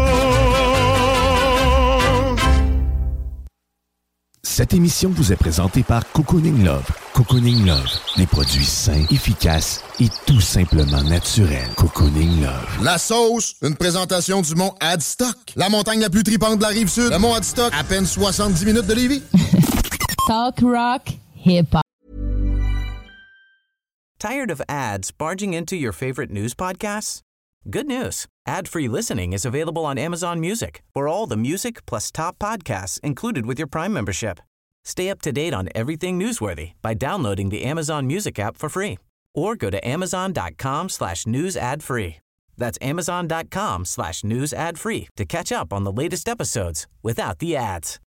Cette émission vous est présentée par Cocooning Love. Cocooning Love, des produits sains, efficaces et tout simplement naturels. Cocooning Love. La sauce, une présentation du mont Adstock. La montagne la plus tripante de la Rive-Sud. Le mont Adstock, à peine 70 minutes de Lévis. Talk rock, hip-hop. Tired of ads barging into your favorite news podcasts? Good news. Ad-free listening is available on Amazon Music for all the music plus top podcasts included with your Prime membership. Stay up to date on everything newsworthy by downloading the Amazon Music app for free or go to amazon.com/news ad free. That's amazon.com/news ad free to catch up on the latest episodes without the ads.